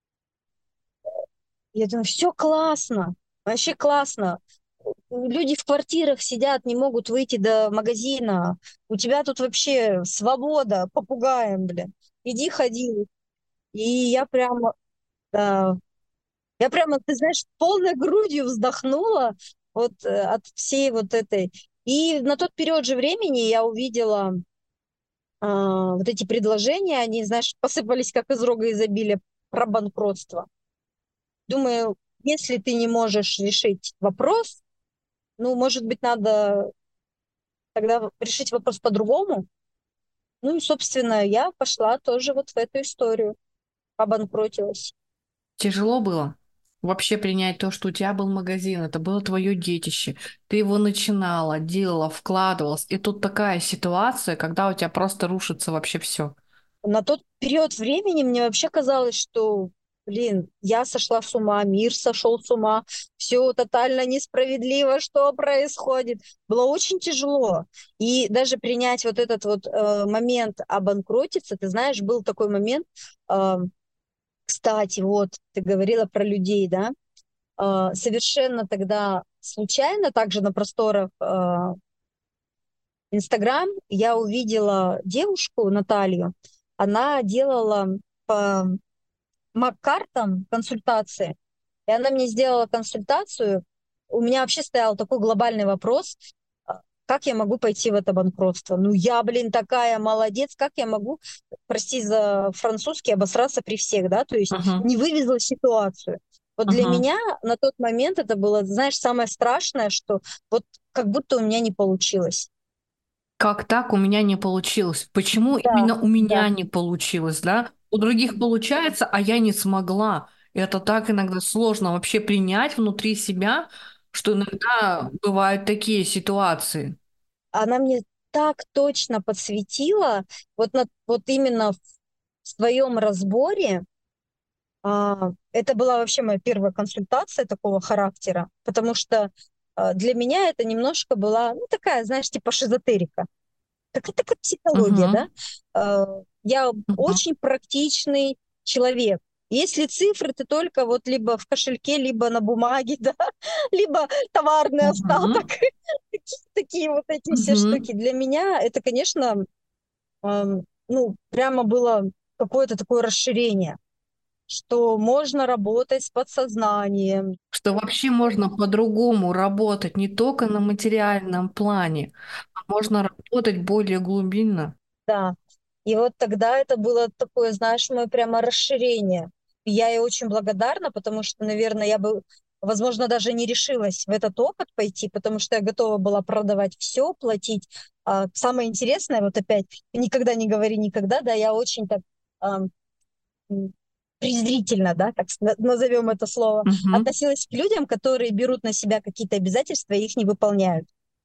Я думаю, все классно, вообще классно. Люди в квартирах сидят, не могут выйти до магазина. У тебя тут вообще свобода, попугаем, блин. Иди ходи. И я прямо, да, я прямо, ты знаешь, полной грудью вздохнула вот от всей вот этой. И на тот период же времени я увидела вот эти предложения, они, знаешь, посыпались как из рога изобилия про банкротство. Думаю, если ты не можешь решить вопрос, ну, может быть, надо тогда решить вопрос по-другому. Ну и, собственно, я пошла тоже вот в эту историю, обанкротилась. Тяжело было вообще принять то, что у тебя был магазин, это было твое детище, ты его начинала, делала, вкладывалась, и тут такая ситуация, когда у тебя просто рушится вообще все. На тот период времени мне вообще казалось, что, блин, я сошла с ума, мир сошел с ума, все тотально несправедливо, что происходит. Было очень тяжело. И даже принять вот этот вот момент обанкротиться, ты знаешь, был такой момент, э, кстати, вот ты говорила про людей, да, совершенно тогда случайно, также на просторах Инстаграм, я увидела девушку, Наталью, она делала по МАК-картам консультации, и она мне сделала консультацию. У меня вообще стоял такой глобальный вопрос, как я могу пойти в это банкротство? Ну, я, блин, такая молодец, как я могу, прости за французский, обосраться при всех, да, то есть Мгм. не вывезла ситуацию. Вот для Мгм. меня на тот момент это было, знаешь, самое страшное, что вот как будто у меня не получилось. Как так у меня не получилось? Почему Да, именно у да. меня не получилось, да? У других получается, а я не смогла. Это так иногда сложно вообще принять внутри себя, что иногда бывают такие ситуации. Она мне так точно подсветила, вот, вот именно в своем разборе. Это была вообще моя первая консультация такого характера, потому что для меня это немножко была, ну, такая, знаешь, типа шизотерика. Это как психология, да? Мгм. Я Мгм. очень практичный человек. Если цифры, ты только вот либо в кошельке, либо на бумаге, да, либо товарный остаток. Мгм. такие вот эти все Мгм. штуки. Для меня это, конечно, ну, прямо было какое-то такое расширение, что можно работать с подсознанием. Что вообще можно по-другому работать, не только на материальном плане, а можно работать более глубинно. Да. И вот тогда это было такое, знаешь, мое прямо расширение. И я ей очень благодарна, потому что, наверное, я бы, возможно, даже не решилась в этот опыт пойти, потому что я готова была продавать все, платить. Самое интересное, вот опять, никогда не говори никогда, да, я очень так ам, м, презрительно, да, так назовем это слово, Мгм. относилась к людям, которые берут на себя какие-то обязательства и их не выполняют.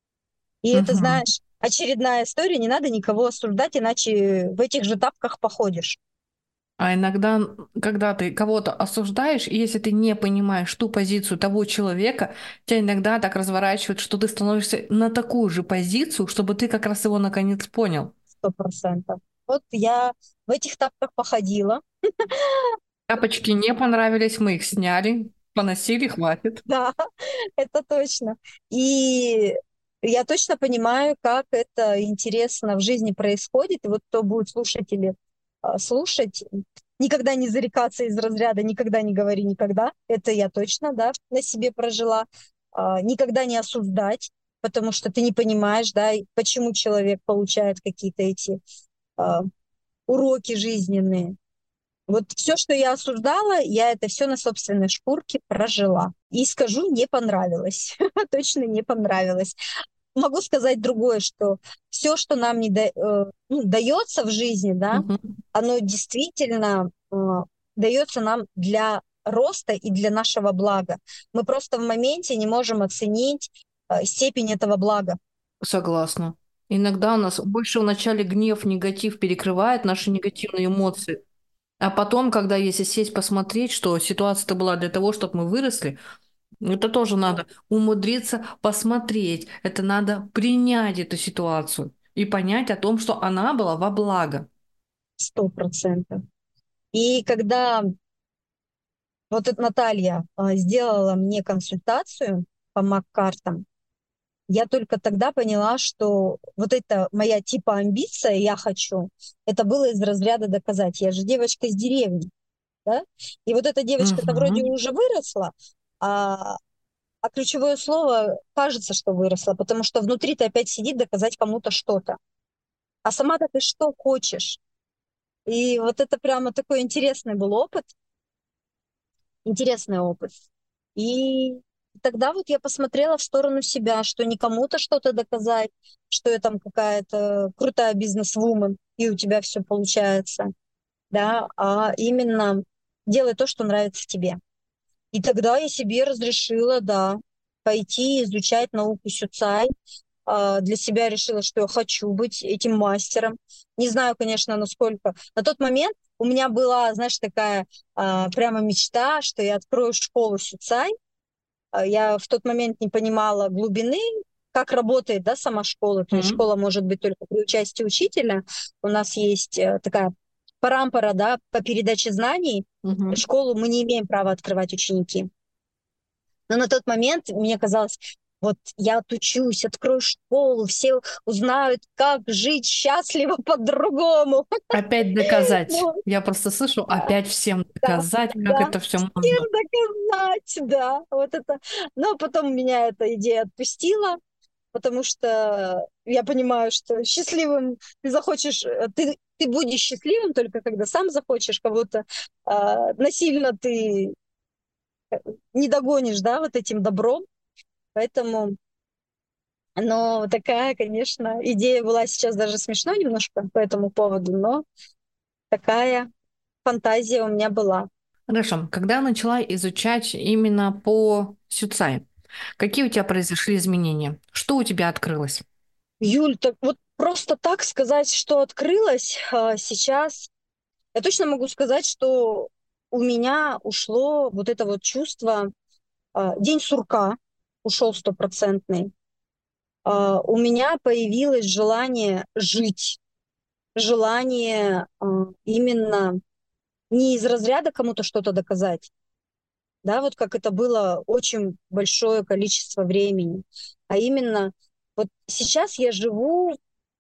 И это, Мгм. знаешь, очередная история, не надо никого осуждать, иначе в этих же тапках походишь. А иногда, когда ты кого-то осуждаешь, и если ты не понимаешь ту позицию того человека, тебя иногда так разворачивает, что ты становишься на такую же позицию, чтобы ты как раз его наконец понял. 100%. Вот я в этих тапках походила, Тапочки не понравились, мы их сняли, поносили, хватит. да, это точно. И я точно понимаю, как это интересно в жизни происходит. И вот кто будет слушать или слушать, никогда не зарекаться из разряда «никогда не говори никогда». Это я точно, да, на себе прожила. Никогда не осуждать, потому что ты не понимаешь, да, и почему человек получает какие-то эти а, уроки жизненные. Вот все, что я осуждала, я это все на собственной шкурке прожила. И скажу, не понравилось. Точно не понравилось. Могу сказать другое, что все, что нам не ну, дается в жизни, да, Мгм. оно действительно дается нам для роста и для нашего блага. Мы просто в моменте не можем оценить степень этого блага. Согласна. Иногда у нас больше вначале гнев, негатив перекрывает наши негативные эмоции. А потом, когда если сесть посмотреть, что ситуация-то была для того, чтобы мы выросли, это тоже надо умудриться посмотреть. Это надо принять эту ситуацию и понять о том, что она была во благо. 100%. И когда вот эта Наталья сделала мне консультацию по МАК-картам, я только тогда поняла, что вот эта моя типа амбиция «я хочу», это было из разряда доказать. Я же девочка из деревни, да? И вот эта девочка-то вроде Мгм. уже выросла, а, а ключевое слово кажется, что выросла, потому что внутри-то опять сидит доказать кому-то что-то. А сама-то ты что хочешь? И вот это прямо такой интересный был опыт, интересный опыт. И тогда вот я посмотрела в сторону себя, что не кому-то что-то доказать, что я там какая-то крутая бизнес-вумен, и у тебя все получается, да, а именно делай то, что нравится тебе. И тогда я себе разрешила, да, пойти изучать науку Сюцай. Для себя решила, что я хочу быть этим мастером. Не знаю, конечно, насколько. На тот момент у меня была, знаешь, такая прямо мечта, что я открою школу Сюцай. Я в тот момент не понимала глубины, как работает, да, сама школа. То есть Мгм. школа может быть только при участии учителя. У нас есть такая парампора, да, по передаче знаний. Мгм. Школу мы не имеем права открывать ученики. Но на тот момент мне казалось, вот я отучусь, открою школу, все узнают, как жить счастливо по-другому. Опять доказать. Ну, Я просто слышу, опять всем да, доказать, как да, это все всем можно. доказать, да, вот это. Но потом меня эта идея отпустила, потому что я понимаю, что счастливым ты захочешь, ты будешь счастливым только когда сам захочешь кого-то, насильно ты не догонишь, да, вот этим добром, поэтому. Но такая, конечно, идея была сейчас даже смешно немножко по этому поводу, но такая фантазия у меня была. Хорошо. Когда начала изучать именно по Сюцай, какие у тебя произошли изменения? Что у тебя открылось? Юль, так вот просто так сказать, что открылось сейчас, я точно могу сказать, что у меня ушло вот это вот чувство, день сурка ушел стопроцентный. У меня появилось желание жить, желание именно не из разряда кому-то что-то доказать, да, вот как это было очень большое количество времени, а именно Вот сейчас я живу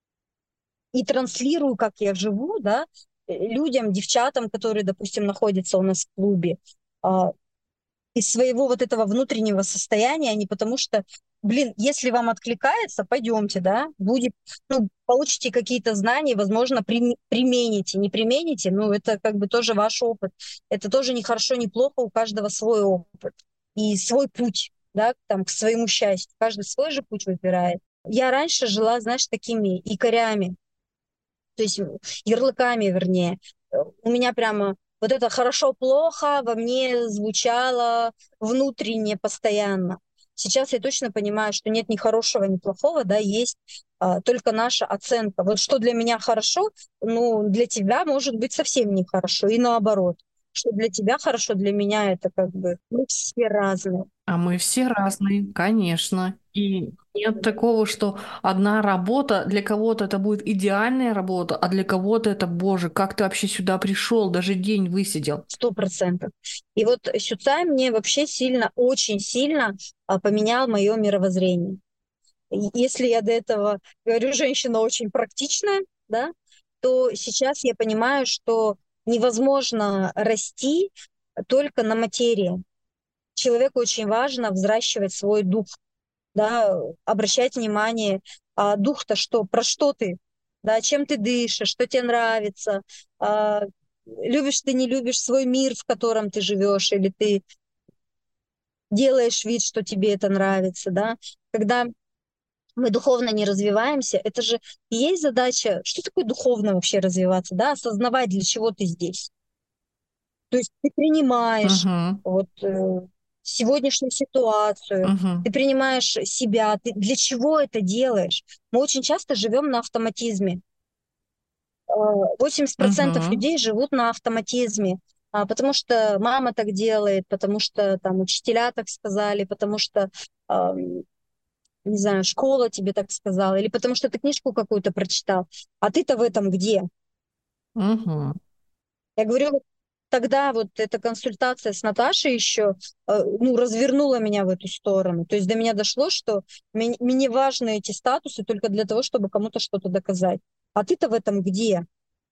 и транслирую, как я живу, да, людям, девчатам, которые, допустим, находятся у нас в клубе, а, из своего вот этого внутреннего состояния, а не потому что, блин, если вам откликается, пойдемте, да, будет, ну, получите какие-то знания, возможно, примените, не примените, ну, это как бы тоже ваш опыт. Это тоже не хорошо, не плохо, у каждого свой опыт и свой путь, да, там, к своему счастью. Каждый свой же путь выбирает. Я раньше жила, знаешь, такими якорями, то есть ярлыками, вернее. У меня прямо вот это хорошо-плохо во мне звучало внутренне постоянно. Сейчас я точно понимаю, что нет ни хорошего, ни плохого, да, есть только наша оценка. Вот что для меня хорошо, ну, для тебя может быть совсем нехорошо, и наоборот. Что для тебя хорошо, для меня это как бы мы все разные. А мы все разные, конечно. И нет такого, что одна работа, для кого-то это будет идеальная работа, а для кого-то это, боже, как ты вообще сюда пришел, даже день высидел. 100%. И вот Сюцай мне вообще сильно, очень сильно поменял мое мировоззрение. Если я до этого говорю, женщина очень практичная, да, то сейчас я понимаю, что невозможно расти только на материи. Человеку очень важно взращивать свой дух, да, обращать внимание, а дух-то что, про что ты, да, чем ты дышишь, что тебе нравится, а, любишь ты, не любишь свой мир, в котором ты живешь, или ты делаешь вид, что тебе это нравится, да. Когда мы духовно не развиваемся, это же и есть задача, что такое духовно вообще развиваться, да, осознавать, для чего ты здесь. То есть ты принимаешь Угу, вот сегодняшнюю ситуацию, угу, ты принимаешь себя, ты для чего это делаешь? Мы очень часто живем на автоматизме. 80% угу. людей живут на автоматизме, потому что мама так делает, потому что там учителя так сказали, потому что не знаю, школа тебе так сказала, или потому что ты книжку какую-то прочитал, а ты-то в этом где? Угу. Я говорю, вот тогда вот эта консультация с Наташей еще, ну, развернула меня в эту сторону. То есть до меня дошло, что мне важны эти статусы только для того, чтобы кому-то что-то доказать. А ты-то в этом где?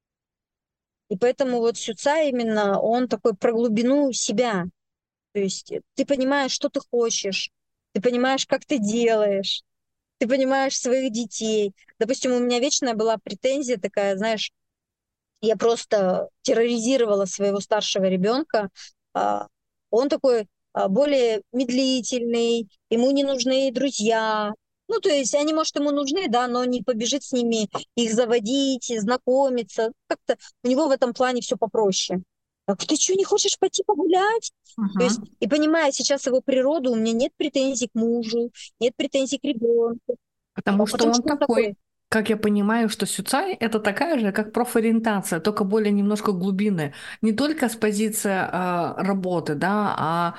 И поэтому вот Сюца именно, он такой про глубину себя. То есть ты понимаешь, что ты хочешь, ты понимаешь, как ты делаешь, ты понимаешь своих детей. Допустим, у меня вечная была претензия такая, знаешь, я просто терроризировала своего старшего ребенка. А, Он такой более медлительный, ему не нужны друзья. Ну, то есть они, может, ему нужны, да, но не побежит с ними их заводить, знакомиться. Как-то у него в этом плане все попроще. Так, ты что, не хочешь пойти погулять? То есть, Угу. и понимая сейчас его природу, у меня нет претензий к мужу, нет претензий к ребенку, Потому что потому он что он такой. такой. Как я понимаю, что сюцай это такая же, как профориентация, только более немножко глубинная. Не только с позиции работы, да,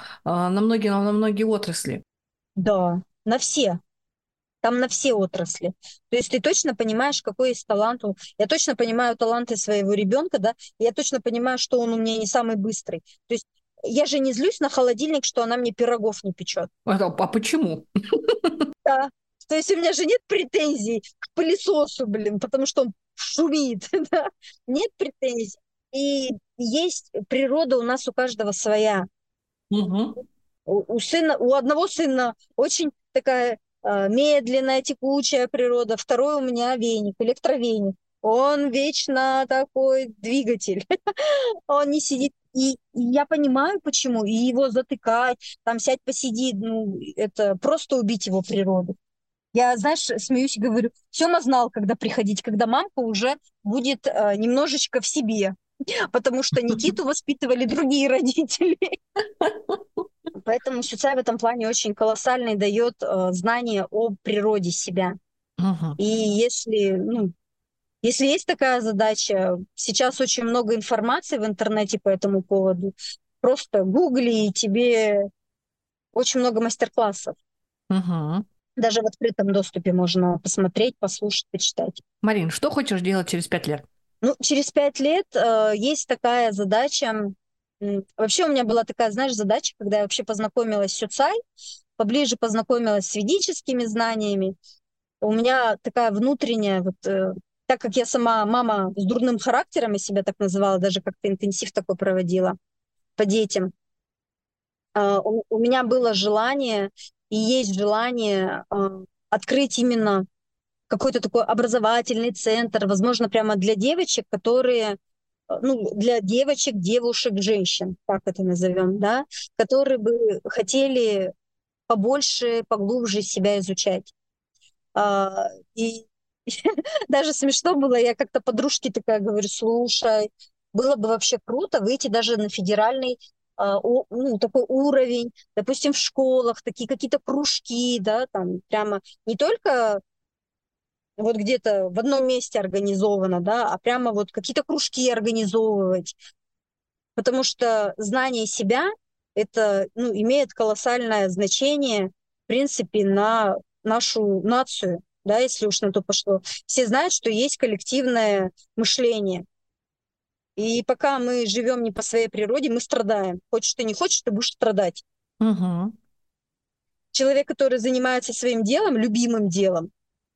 на многие отрасли. Да, на все. Там на все отрасли. То есть ты точно понимаешь, какой есть талант. Я точно понимаю таланты своего ребенка, да, и я точно понимаю, что он у меня не самый быстрый. То есть я же не злюсь на холодильник, что она мне пирогов не печет. А почему? Да. То есть у меня же нет претензий к пылесосу, блин, потому что он шумит. Да? Нет претензий. И есть природа у нас у каждого своя. Угу. У сына, у одного сына очень такая медленная, текучая природа, второй у меня веник, электровеник. Он вечно такой двигатель. Он не сидит. И я понимаю, почему. И его затыкать, там сядь, посиди, ну, это просто убить его природу. Я, знаешь, смеюсь и говорю, Сёма знал, когда приходить, когда мамка уже будет немножечко в себе, потому что Никиту воспитывали другие родители. Поэтому Сюцай в этом плане очень колоссальный дает знание о природе себя. Угу. И если есть такая задача, сейчас очень много информации в интернете по этому поводу, просто гугли, и тебе очень много мастер-классов. Угу. Даже в открытом доступе можно посмотреть, послушать, почитать. Марин, что хочешь делать через 5 лет? Ну, через 5 лет есть такая задача. Вообще у меня была такая, знаешь, задача, когда я вообще познакомилась с Сюцай, поближе познакомилась с ведическими знаниями. у меня такая внутренняя, так как я сама мама с дурным характером, я себя так называла, даже как-то интенсив такой проводила по детям, у меня было желание и есть желание открыть именно какой-то такой образовательный центр, возможно, прямо для девочек, которые, ну, для девочек, девушек, женщин, так это назовем, да, которые бы хотели побольше, поглубже себя изучать. И даже смешно было, я как-то подружке такая говорю, слушай, было бы вообще круто выйти даже на федеральный ну, такой уровень, допустим, в школах, такие какие-то кружки, да, там прямо не только вот где-то в одном месте организовано, да, а прямо вот какие-то кружки организовывать, потому что знание себя это, ну, имеет колоссальное значение, в принципе, на нашу нацию, да, если уж на то пошло. Все знают, что есть коллективное мышление. И пока мы живем не по своей природе, мы страдаем. Хочешь ты, не хочешь, ты будешь страдать. Угу. Человек, который занимается своим делом, любимым делом,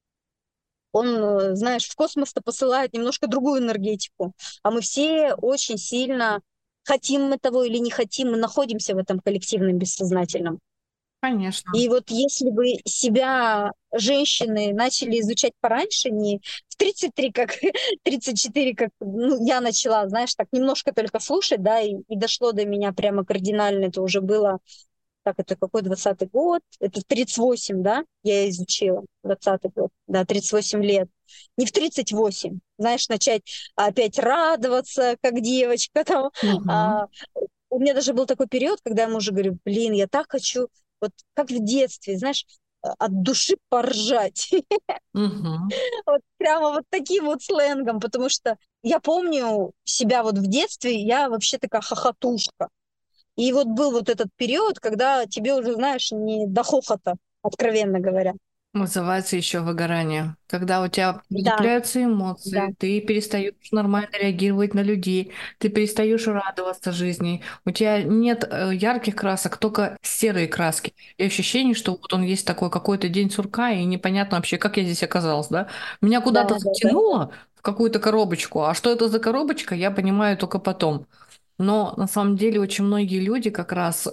он, знаешь, в космос-то посылает немножко другую энергетику. А мы все очень сильно, хотим мы того или не хотим, мы находимся в этом коллективном бессознательном. Конечно. И вот если бы себя женщины начали изучать пораньше, не в 33, как 34, как ну, я начала, знаешь, так немножко только слушать, да, и дошло до меня прямо кардинально, это уже было, так, это какой 20-й год, это 38, да, я изучила, 20-й год, да, 38 лет. Не в 38, знаешь, начать опять радоваться, как девочка там. Угу. А, у меня даже был такой период, когда я мужу говорю, блин, я так хочу, вот как в детстве, знаешь, от души поржать. Угу. Вот прямо вот таким вот сленгом, потому что я помню себя вот в детстве, я вообще такая хохотушка. И вот был вот этот период, когда тебе уже, знаешь, не до хохота, откровенно говоря. Называется еще выгорание. Когда у тебя Да, притупляются да, эмоции, ты перестаешь нормально реагировать на людей, ты перестаешь радоваться жизни, у тебя нет ярких красок, только серые краски. И ощущение, что вот он есть такой какой-то день сурка, и непонятно вообще, как я здесь оказалась, да? Меня да, куда-то да, да. затянуло в какую-то коробочку, а что это за коробочка, я понимаю только потом. Но на самом деле очень многие люди как раз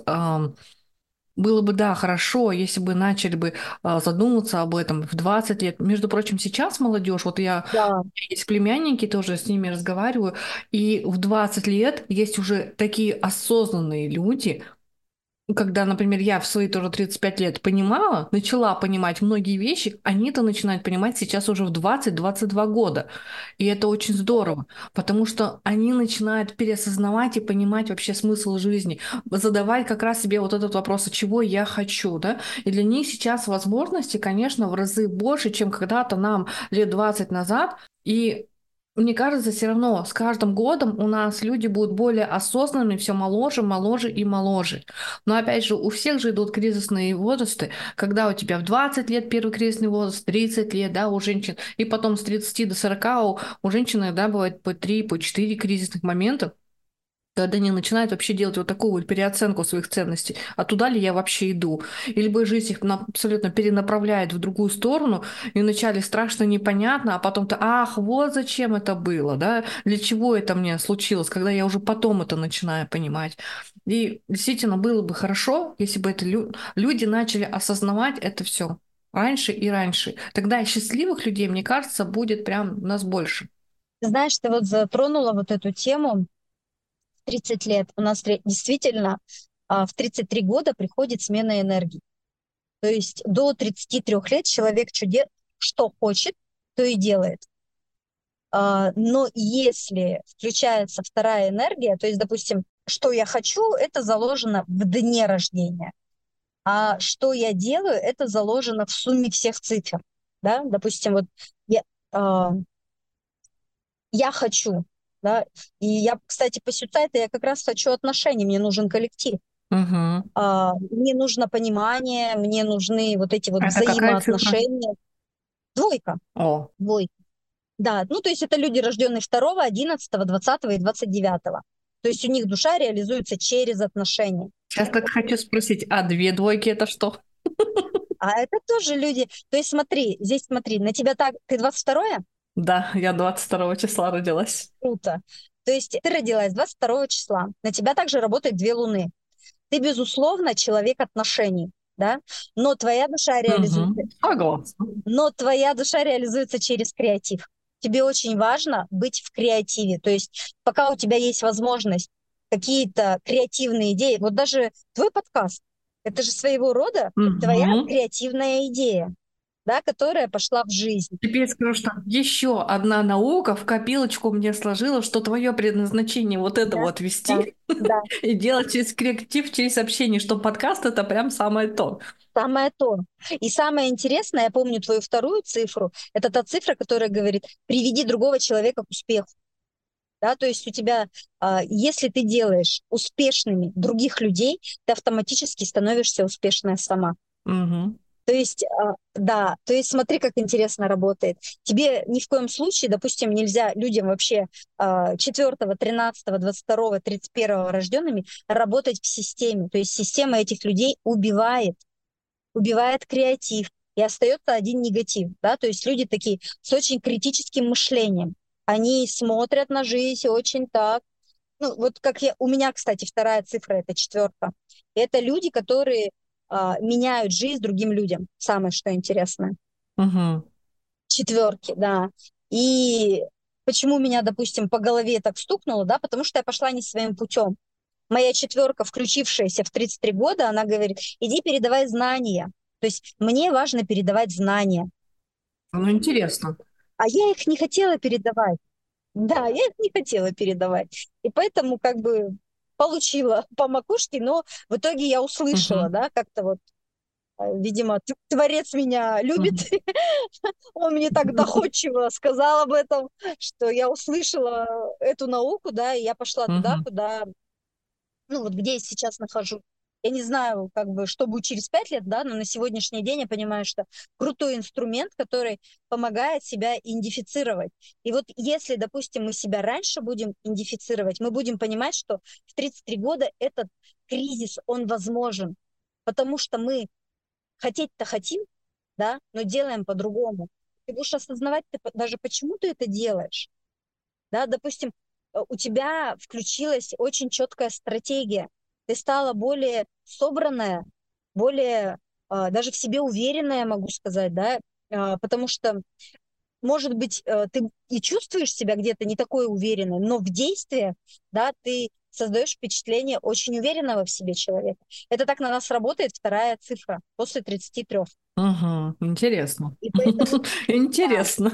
было бы, да, хорошо, если бы начали бы задумываться об этом в 20 лет. Между прочим, сейчас молодежь, вот Да, у меня есть племянники, тоже с ними разговариваю, и в 20 лет есть уже такие осознанные люди, когда, например, я в свои тоже 35 лет понимала, начала понимать многие вещи, они это начинают понимать сейчас уже в 20-22 года. И это очень здорово, потому что они начинают переосознавать и понимать вообще смысл жизни, задавать как раз себе вот этот вопрос, а чего я хочу, да? И для них сейчас возможности, конечно, в разы больше, чем когда-то нам лет 20 назад. И мне кажется, все равно с каждым годом у нас люди будут более осознанными, все моложе, моложе и моложе. Но опять же, у всех же идут кризисные возрасты, когда у тебя в 20 лет первый кризисный возраст, 30 лет, да, у женщин, и потом с 30 до 40 у женщины, да, бывает по 3, по 4 кризисных момента, когда они начинают вообще делать вот такую вот переоценку своих ценностей, а туда ли я вообще иду? Или бы жизнь их абсолютно перенаправляет в другую сторону, и вначале страшно, непонятно, а потом-то, ах, вот зачем это было, да, для чего это мне случилось, когда я уже потом это начинаю понимать. И действительно было бы хорошо, если бы это люди начали осознавать это все раньше и раньше. Тогда и счастливых людей, мне кажется, будет прям нас больше. ты знаешь, ты вот затронула вот эту тему 30 лет. У нас действительно в 33 года приходит смена энергии. То есть до 33 лет человек что хочет, то и делает. Но если включается вторая энергия, то есть, допустим, что я хочу, это заложено в дне рождения, а что я делаю, это заложено в сумме всех цифр. Да? Допустим, вот я, а, я хочу, да, и я, кстати, по сюцайту я как раз хочу отношений, мне нужен коллектив. Угу. Мне нужно понимание, мне нужны вот эти вот Это какая цифра? взаимоотношения. Двойка, О, двойка. Да, ну то есть это люди, рожденные 2, 11, 20 и 29. То есть у них душа реализуется через отношения. сейчас так хочу спросить, а две двойки это что? А это тоже люди. То есть смотри, здесь смотри, на тебя так... Ты 22-е? Да, я 22 числа родилась. Круто. То есть ты родилась 22 числа. На тебя также работает две луны. Ты, безусловно, человек отношений, да? Но твоя душа реализуется, Согласна. но твоя душа реализуется через креатив. Тебе очень важно быть в креативе. То есть пока у тебя есть возможность какие-то креативные идеи, вот даже твой подкаст, это же своего рода твоя Мгм. креативная идея, да, которая пошла в жизнь. Теперь скажу, что еще одна наука в копилочку мне сложила, что твое предназначение вот это Да, вот да, вести да. и делать через креатив, через общение, что подкаст это прям самое то. Самое то. И самое интересное, я помню твою вторую цифру, это та цифра, которая говорит, приведи другого человека к успеху. Да, то есть у тебя, если ты делаешь успешными других людей, ты автоматически становишься успешная сама. Мгм. То есть, да, то есть смотри, как интересно работает. Тебе ни в коем случае, допустим, нельзя людям вообще 4, 13, 22, 31 рожденными работать в системе. То есть система этих людей убивает креатив, и остается один негатив, да, то есть люди такие с очень критическим мышлением, они смотрят на жизнь очень так, ну вот как у меня, кстати, вторая цифра это 4. Это люди, которые меняют жизнь другим людям, самое что интересное. Мгм. 4, да. И почему меня, допустим, по голове так стукнуло, да, потому что я пошла не своим путем. Моя 4, включившаяся в 33 года, она говорит, иди передавай знания. То есть мне важно передавать знания. Ну, интересно. А я их не хотела передавать. Да, я их не хотела передавать. И поэтому как бы получила по макушке, но в итоге я услышала, Мгм. да, как-то вот, видимо, Творец меня любит. Мгм. Он мне так доходчиво сказал об этом, что я услышала эту науку, да, и я пошла туда, Мгм. куда ну вот где я сейчас нахожусь. Я не знаю, как бы, что будет через 5 лет, да, но на сегодняшний день я понимаю, что крутой инструмент, который помогает себя идентифицировать. И вот если, допустим, мы себя раньше будем идентифицировать, мы будем понимать, что в 33 года этот кризис, он возможен, потому что мы хотеть-то хотим, да, но делаем по-другому. Ты будешь осознавать даже, почему ты это делаешь. Да, допустим, у тебя включилась очень четкая стратегия. Ты стала более собранная, более даже в себе уверенная, могу сказать, да, потому что, может быть, ты и чувствуешь себя где-то не такой уверенной, но в действиях, да, ты создаешь впечатление очень уверенного в себе человека. Это так на нас работает вторая цифра после 33. Мгм. Интересно. И поэтому, да, Интересно.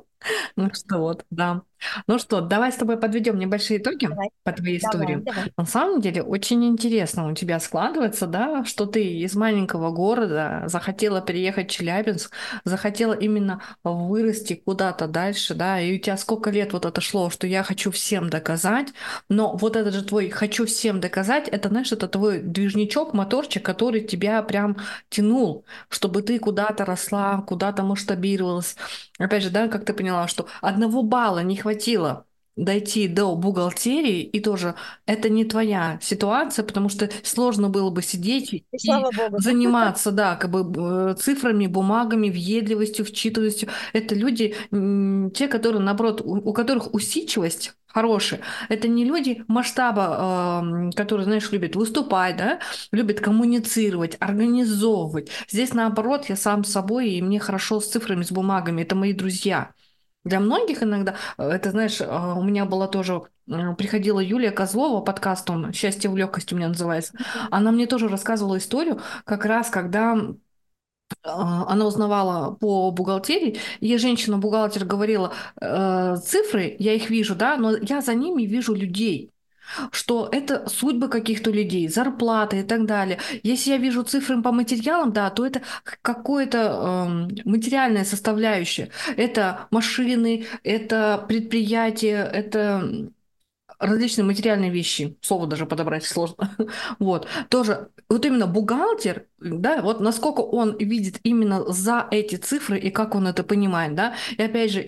Ну что вот, да. Ну что, давай с тобой подведем небольшие итоги давай, по твоей давай, истории. давай. На самом деле очень интересно у тебя складывается, да, что ты из маленького города захотела переехать в Челябинск, захотела именно вырасти куда-то дальше, да, и у тебя сколько лет вот это шло, что я хочу всем доказать, но вот этот же твой «хочу всем доказать», это, знаешь, это твой движничок, моторчик, который тебя прям тянул, чтобы ты куда-то росла, куда-то масштабировалась. Опять же, да, как ты поняла, что 1 балла не хватило дойти до бухгалтерии, и тоже это не твоя ситуация, потому что сложно было бы сидеть И и слава богу, да. заниматься, да, как бы цифрами, бумагами, въедливостью, вчитываемостью. Это люди, те, которые, наоборот, у которых усидчивость хорошая. Это не люди масштаба, которые, знаешь, любят выступать, да, любят коммуницировать, организовывать. Здесь, наоборот, я сам с собой, и мне хорошо с цифрами, с бумагами. Это мои друзья. Для многих иногда, это, знаешь, у меня была тоже, приходила Юлия Козлова, подкаст он «Счастье в легкости» у меня называется. Она мне тоже рассказывала историю, как раз когда она узнавала по бухгалтерии, ей женщина-бухгалтер говорила, цифры, я их вижу, да, но я за ними вижу людей, что это судьбы каких-то людей, зарплаты и так далее. Если я вижу цифры по материалам, да, то это какое-то материальная составляющая. Это машины, это предприятия, это различные материальные вещи. Слово даже подобрать сложно. Вот. Тоже вот именно бухгалтер, да, вот насколько он видит именно за эти цифры и как он это понимает, да. И опять же, и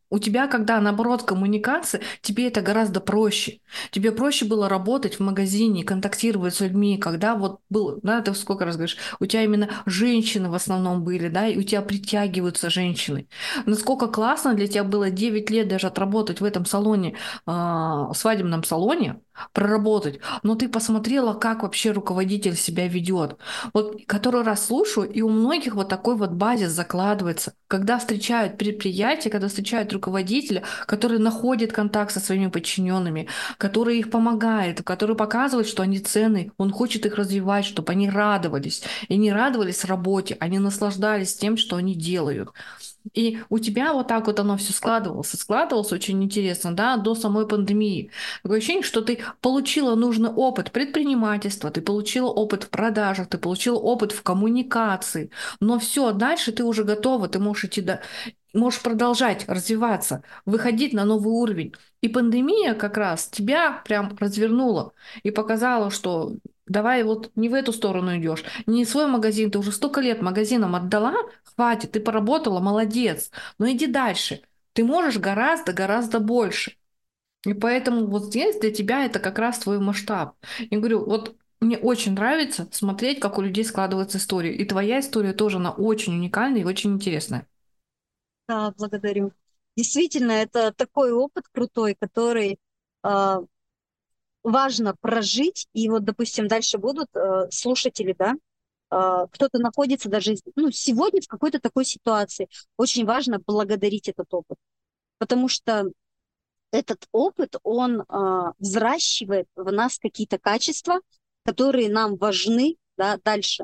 У тебя, когда наоборот коммуникация, тебе это гораздо проще. Тебе проще было работать в магазине, контактировать с людьми, когда вот был, да, ты сколько раз говоришь, у тебя именно женщины в основном были, да, и у тебя притягиваются женщины. Насколько классно для тебя было 9 лет даже отработать в этом салоне, свадебном салоне, проработать, но ты посмотрела, как вообще руководитель себя ведет. Вот который раз слушаю, и у многих вот такой вот базис закладывается. Когда встречают предприятия, когда встречают руководителя, который находит контакт со своими подчиненными, который их помогает, который показывает, что они ценны, он хочет их развивать, чтобы они радовались. И не радовались работе, они наслаждались тем, что они делают. И у тебя вот так вот оно все складывалось очень интересно, да, до самой пандемии. Такое ощущение, что ты получила нужный опыт предпринимательства, ты получила опыт в продажах, ты получила опыт в коммуникации, но все, дальше ты уже готова, ты можешь идти можешь продолжать развиваться, выходить на новый уровень. И пандемия как раз тебя прям развернула и показала, что давай вот не в эту сторону идешь, не свой магазин, ты уже столько лет магазинам отдала, хватит, ты поработала, молодец, но иди дальше. Ты можешь гораздо больше. И поэтому вот здесь для тебя это как раз твой масштаб. Я говорю, вот мне очень нравится смотреть, как у людей складывается история. И твоя история тоже, она очень уникальная и очень интересная. Да, благодарю. Действительно, это такой опыт крутой, который а, важно прожить. И вот, допустим, дальше будут слушатели, да, кто-то находится даже ну, сегодня в какой-то такой ситуации. Очень важно благодарить этот опыт, потому что этот опыт, он взращивает в нас какие-то качества, которые нам важны, да, дальше.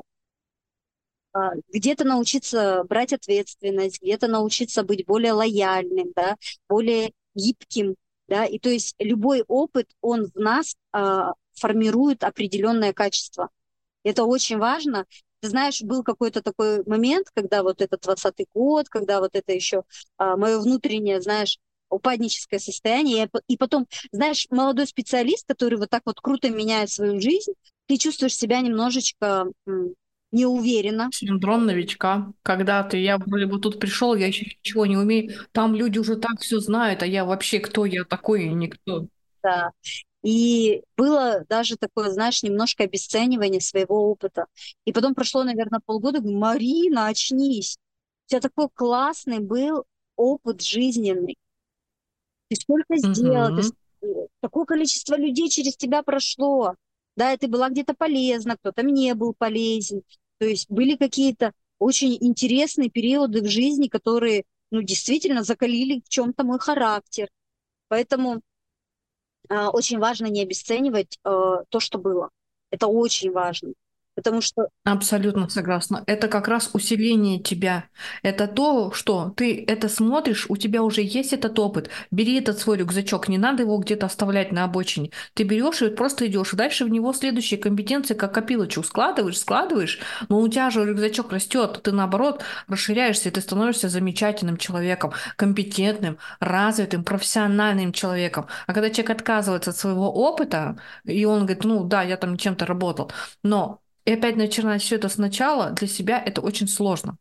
Где-то научиться брать ответственность, где-то научиться быть более лояльным, да, более гибким, да, и то есть любой опыт, он в нас формирует определенное качество. Это очень важно. Ты знаешь, был какой-то такой момент, когда вот этот 20-й год, когда вот это еще мое внутреннее, знаешь, упадническое состояние, и потом, знаешь, молодой специалист, который вот так вот круто меняет свою жизнь, ты чувствуешь себя немножечко неуверенно. Синдром новичка. Когда я вроде бы тут пришел, я еще ничего не умею. Там люди уже так все знают, а я вообще кто я такой? Никто. Да. И было даже такое, знаешь, немножко обесценивание своего опыта. И потом прошло, наверное, полгода, говорю, Марина, очнись. У тебя такой классный был опыт жизненный. Ты столько сделала, Мгм. такое количество людей через тебя прошло. Да, и ты была где-то полезна, кто-то мне был полезен. То есть были какие-то очень интересные периоды в жизни, которые, ну, действительно закалили в чем-то мой характер. Поэтому очень важно не обесценивать то, что было. Это очень важно. Потому что, Абсолютно согласна. Это как раз усиление тебя. Это то, что ты это смотришь, у тебя уже есть этот опыт. Бери этот свой рюкзачок, не надо его где-то оставлять на обочине. Ты берешь и просто идешь. И дальше в него следующие компетенции, как копилочку, складываешь, но у тебя же рюкзачок растет. Ты наоборот расширяешься, и ты становишься замечательным человеком, компетентным, развитым, профессиональным человеком. А когда человек отказывается от своего опыта, и он говорит, ну да, я там чем-то работал, но и опять начинать все это сначала, для себя это очень сложно.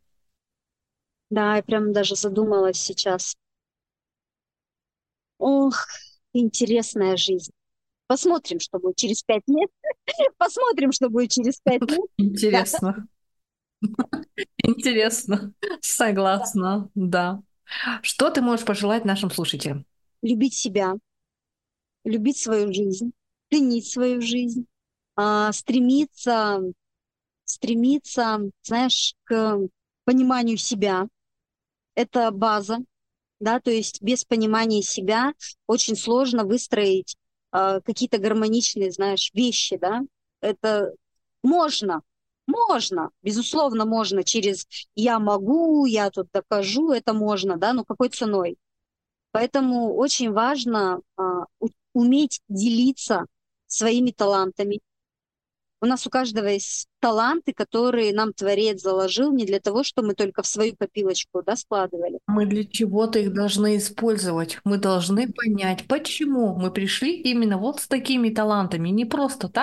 да, я прям даже задумалась сейчас. Ох, интересная жизнь. Посмотрим, что будет через 5 лет. Посмотрим, что будет через 5 лет. Да. Интересно. Интересно. Согласна, да. Что ты можешь пожелать нашим слушателям? Любить себя, любить свою жизнь, ценить свою жизнь, стремиться, стремиться, знаешь, к пониманию себя. Это база, да, то есть без понимания себя очень сложно выстроить какие-то гармоничные, знаешь, вещи, да. Это можно, можно, безусловно, можно через «я могу», «я тут докажу», это можно, да, но какой ценой? Поэтому очень важно уметь делиться своими талантами. У нас у каждого есть таланты, которые нам Творец заложил не для того, что мы только в свою копилочку, да, складывали. Мы для чего-то их должны использовать. Мы должны понять, почему мы пришли именно вот с такими талантами. Не просто так,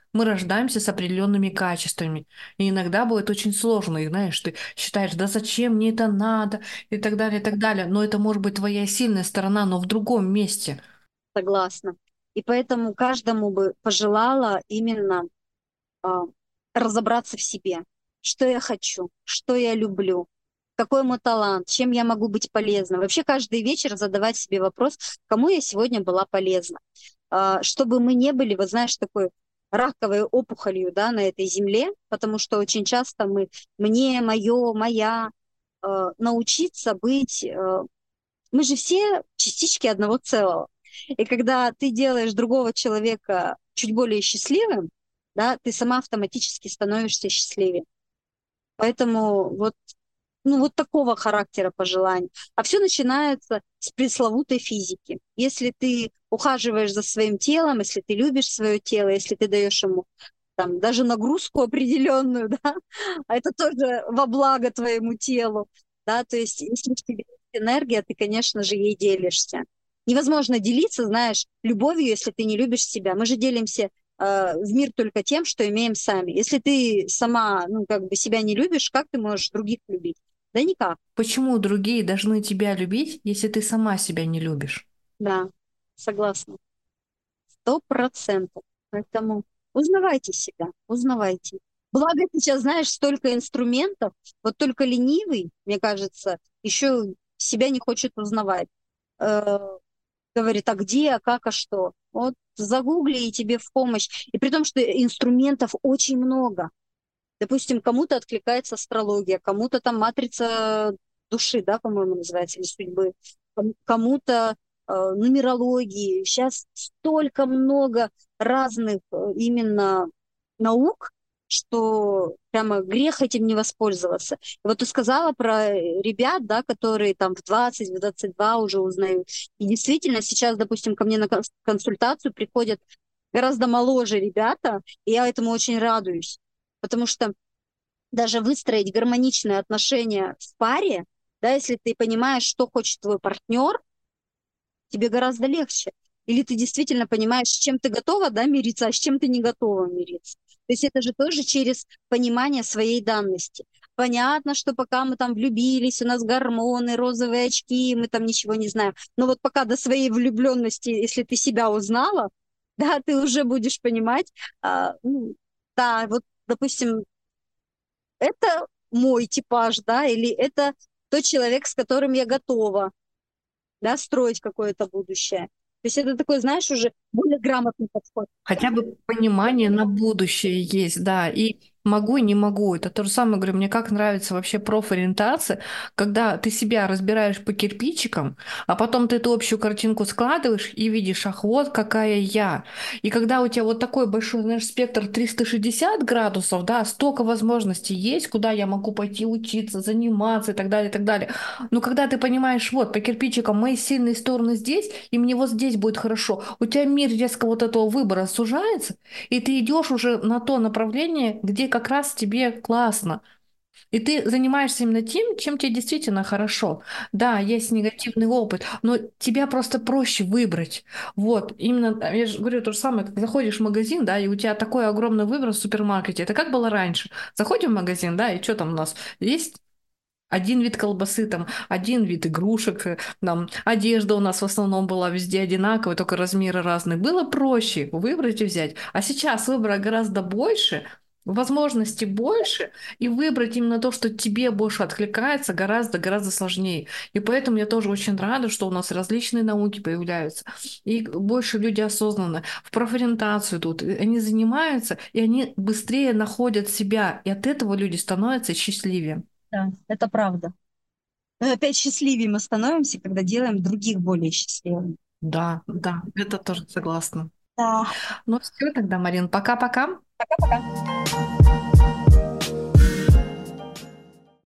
Мы рождаемся с определенными качествами. И иногда будет очень сложно. И знаешь, ты считаешь, да зачем мне это надо, и так далее, и так далее. Но это может быть твоя сильная сторона, но в другом месте. Согласна. И поэтому каждому бы пожелала именно а, разобраться в себе. Что я хочу, что я люблю, какой мой талант, чем я могу быть полезна. Вообще каждый вечер задавать себе вопрос, кому я сегодня была полезна. Чтобы мы не были, вот знаешь, такой раковой опухолью, да, на этой земле, потому что очень часто мне, мое, моя, научиться быть, мы же все частички одного целого. И когда ты делаешь другого человека чуть более счастливым, да, ты сама автоматически становишься счастливее. Поэтому вот, ну, вот такого характера пожеланий. А все начинается с пресловутой физики. Если ты ухаживаешь за своим телом, если ты любишь свое тело, если ты даешь ему там, даже нагрузку определенную, да, а это тоже во благо твоему телу, да, то есть если в тебе есть энергия, ты, конечно же, ей делишься. Невозможно делиться, знаешь, любовью, если ты не любишь себя. Мы же делимся в мир только тем, что имеем сами. Если ты сама, ну, как бы себя не любишь, как ты можешь других любить? Да никак. Почему другие должны тебя любить, если ты сама себя не любишь? Да, согласна. 100%. Поэтому узнавайте себя, узнавайте. Благо сейчас, знаешь, столько инструментов, вот только ленивый, мне кажется, еще себя не хочет узнавать. Э, Говорит, а где, а как, а что? Вот загугли, и тебе в помощь. И при том, что инструментов очень много. Допустим, кому-то откликается астрология, кому-то там матрица души, да, по-моему, называется, или судьбы, кому-то нумерологии. Сейчас столько много разных именно наук, что прямо грех этим не воспользоваться. И вот ты сказала про ребят, да, которые там в 20, в 22 уже узнают. И действительно, сейчас, допустим, ко мне на консультацию приходят гораздо моложе ребята, и я этому очень радуюсь. Потому что даже выстроить гармоничные отношения в паре, да, если ты понимаешь, что хочет твой партнер, тебе гораздо легче. Или ты действительно понимаешь, с чем ты готова, да, мириться, а с чем ты не готова мириться. То есть это же тоже через понимание своей данности. Понятно, что пока мы там влюбились, у нас гормоны, розовые очки, мы там ничего не знаем. Но вот пока до своей влюбленности, если ты себя узнала, да, ты уже будешь понимать, ну, да, вот, допустим, это мой типаж, да, или это тот человек, с которым я готова, да, строить какое-то будущее. То есть это такой, знаешь, уже более грамотный подход. Хотя бы понимание на будущее есть, да. И могу и не могу. Это то же самое, говорю, мне как нравится вообще профориентация, когда ты себя разбираешь по кирпичикам, а потом ты эту общую картинку складываешь и видишь, ах, вот какая я. И когда у тебя вот такой большой, знаешь, спектр 360 градусов, да, столько возможностей есть, куда я могу пойти учиться, заниматься и так далее, и так далее. Но когда ты понимаешь, вот, по кирпичикам мои сильные стороны здесь, и мне вот здесь будет хорошо, у тебя мир резко вот этого выбора сужается, и ты идешь уже на то направление, где как раз тебе классно. И ты занимаешься именно тем, чем тебе действительно хорошо. Да, есть негативный опыт, но тебя просто проще выбрать. Вот, именно, я же говорю то же самое, как заходишь в магазин, да, и у тебя такой огромный выбор в супермаркете. Это как было раньше? Заходим в магазин, да, и что там у нас? Есть один вид колбасы, там, один вид игрушек, там, одежда у нас в основном была везде одинаковая, только размеры разные. Было проще выбрать и взять. А сейчас выбора гораздо больше, возможностей больше, и выбрать именно то, что тебе больше откликается, гораздо сложнее. И поэтому я тоже очень рада, что у нас различные науки появляются, и больше люди осознанно в профориентацию идут, и они занимаются, и они быстрее находят себя, и от этого люди становятся счастливее. Да, это правда. Но опять счастливее мы становимся, когда делаем других более счастливыми. Да, да, это тоже согласна. Да, Ну все тогда, Марин, пока-пока. пока-пока.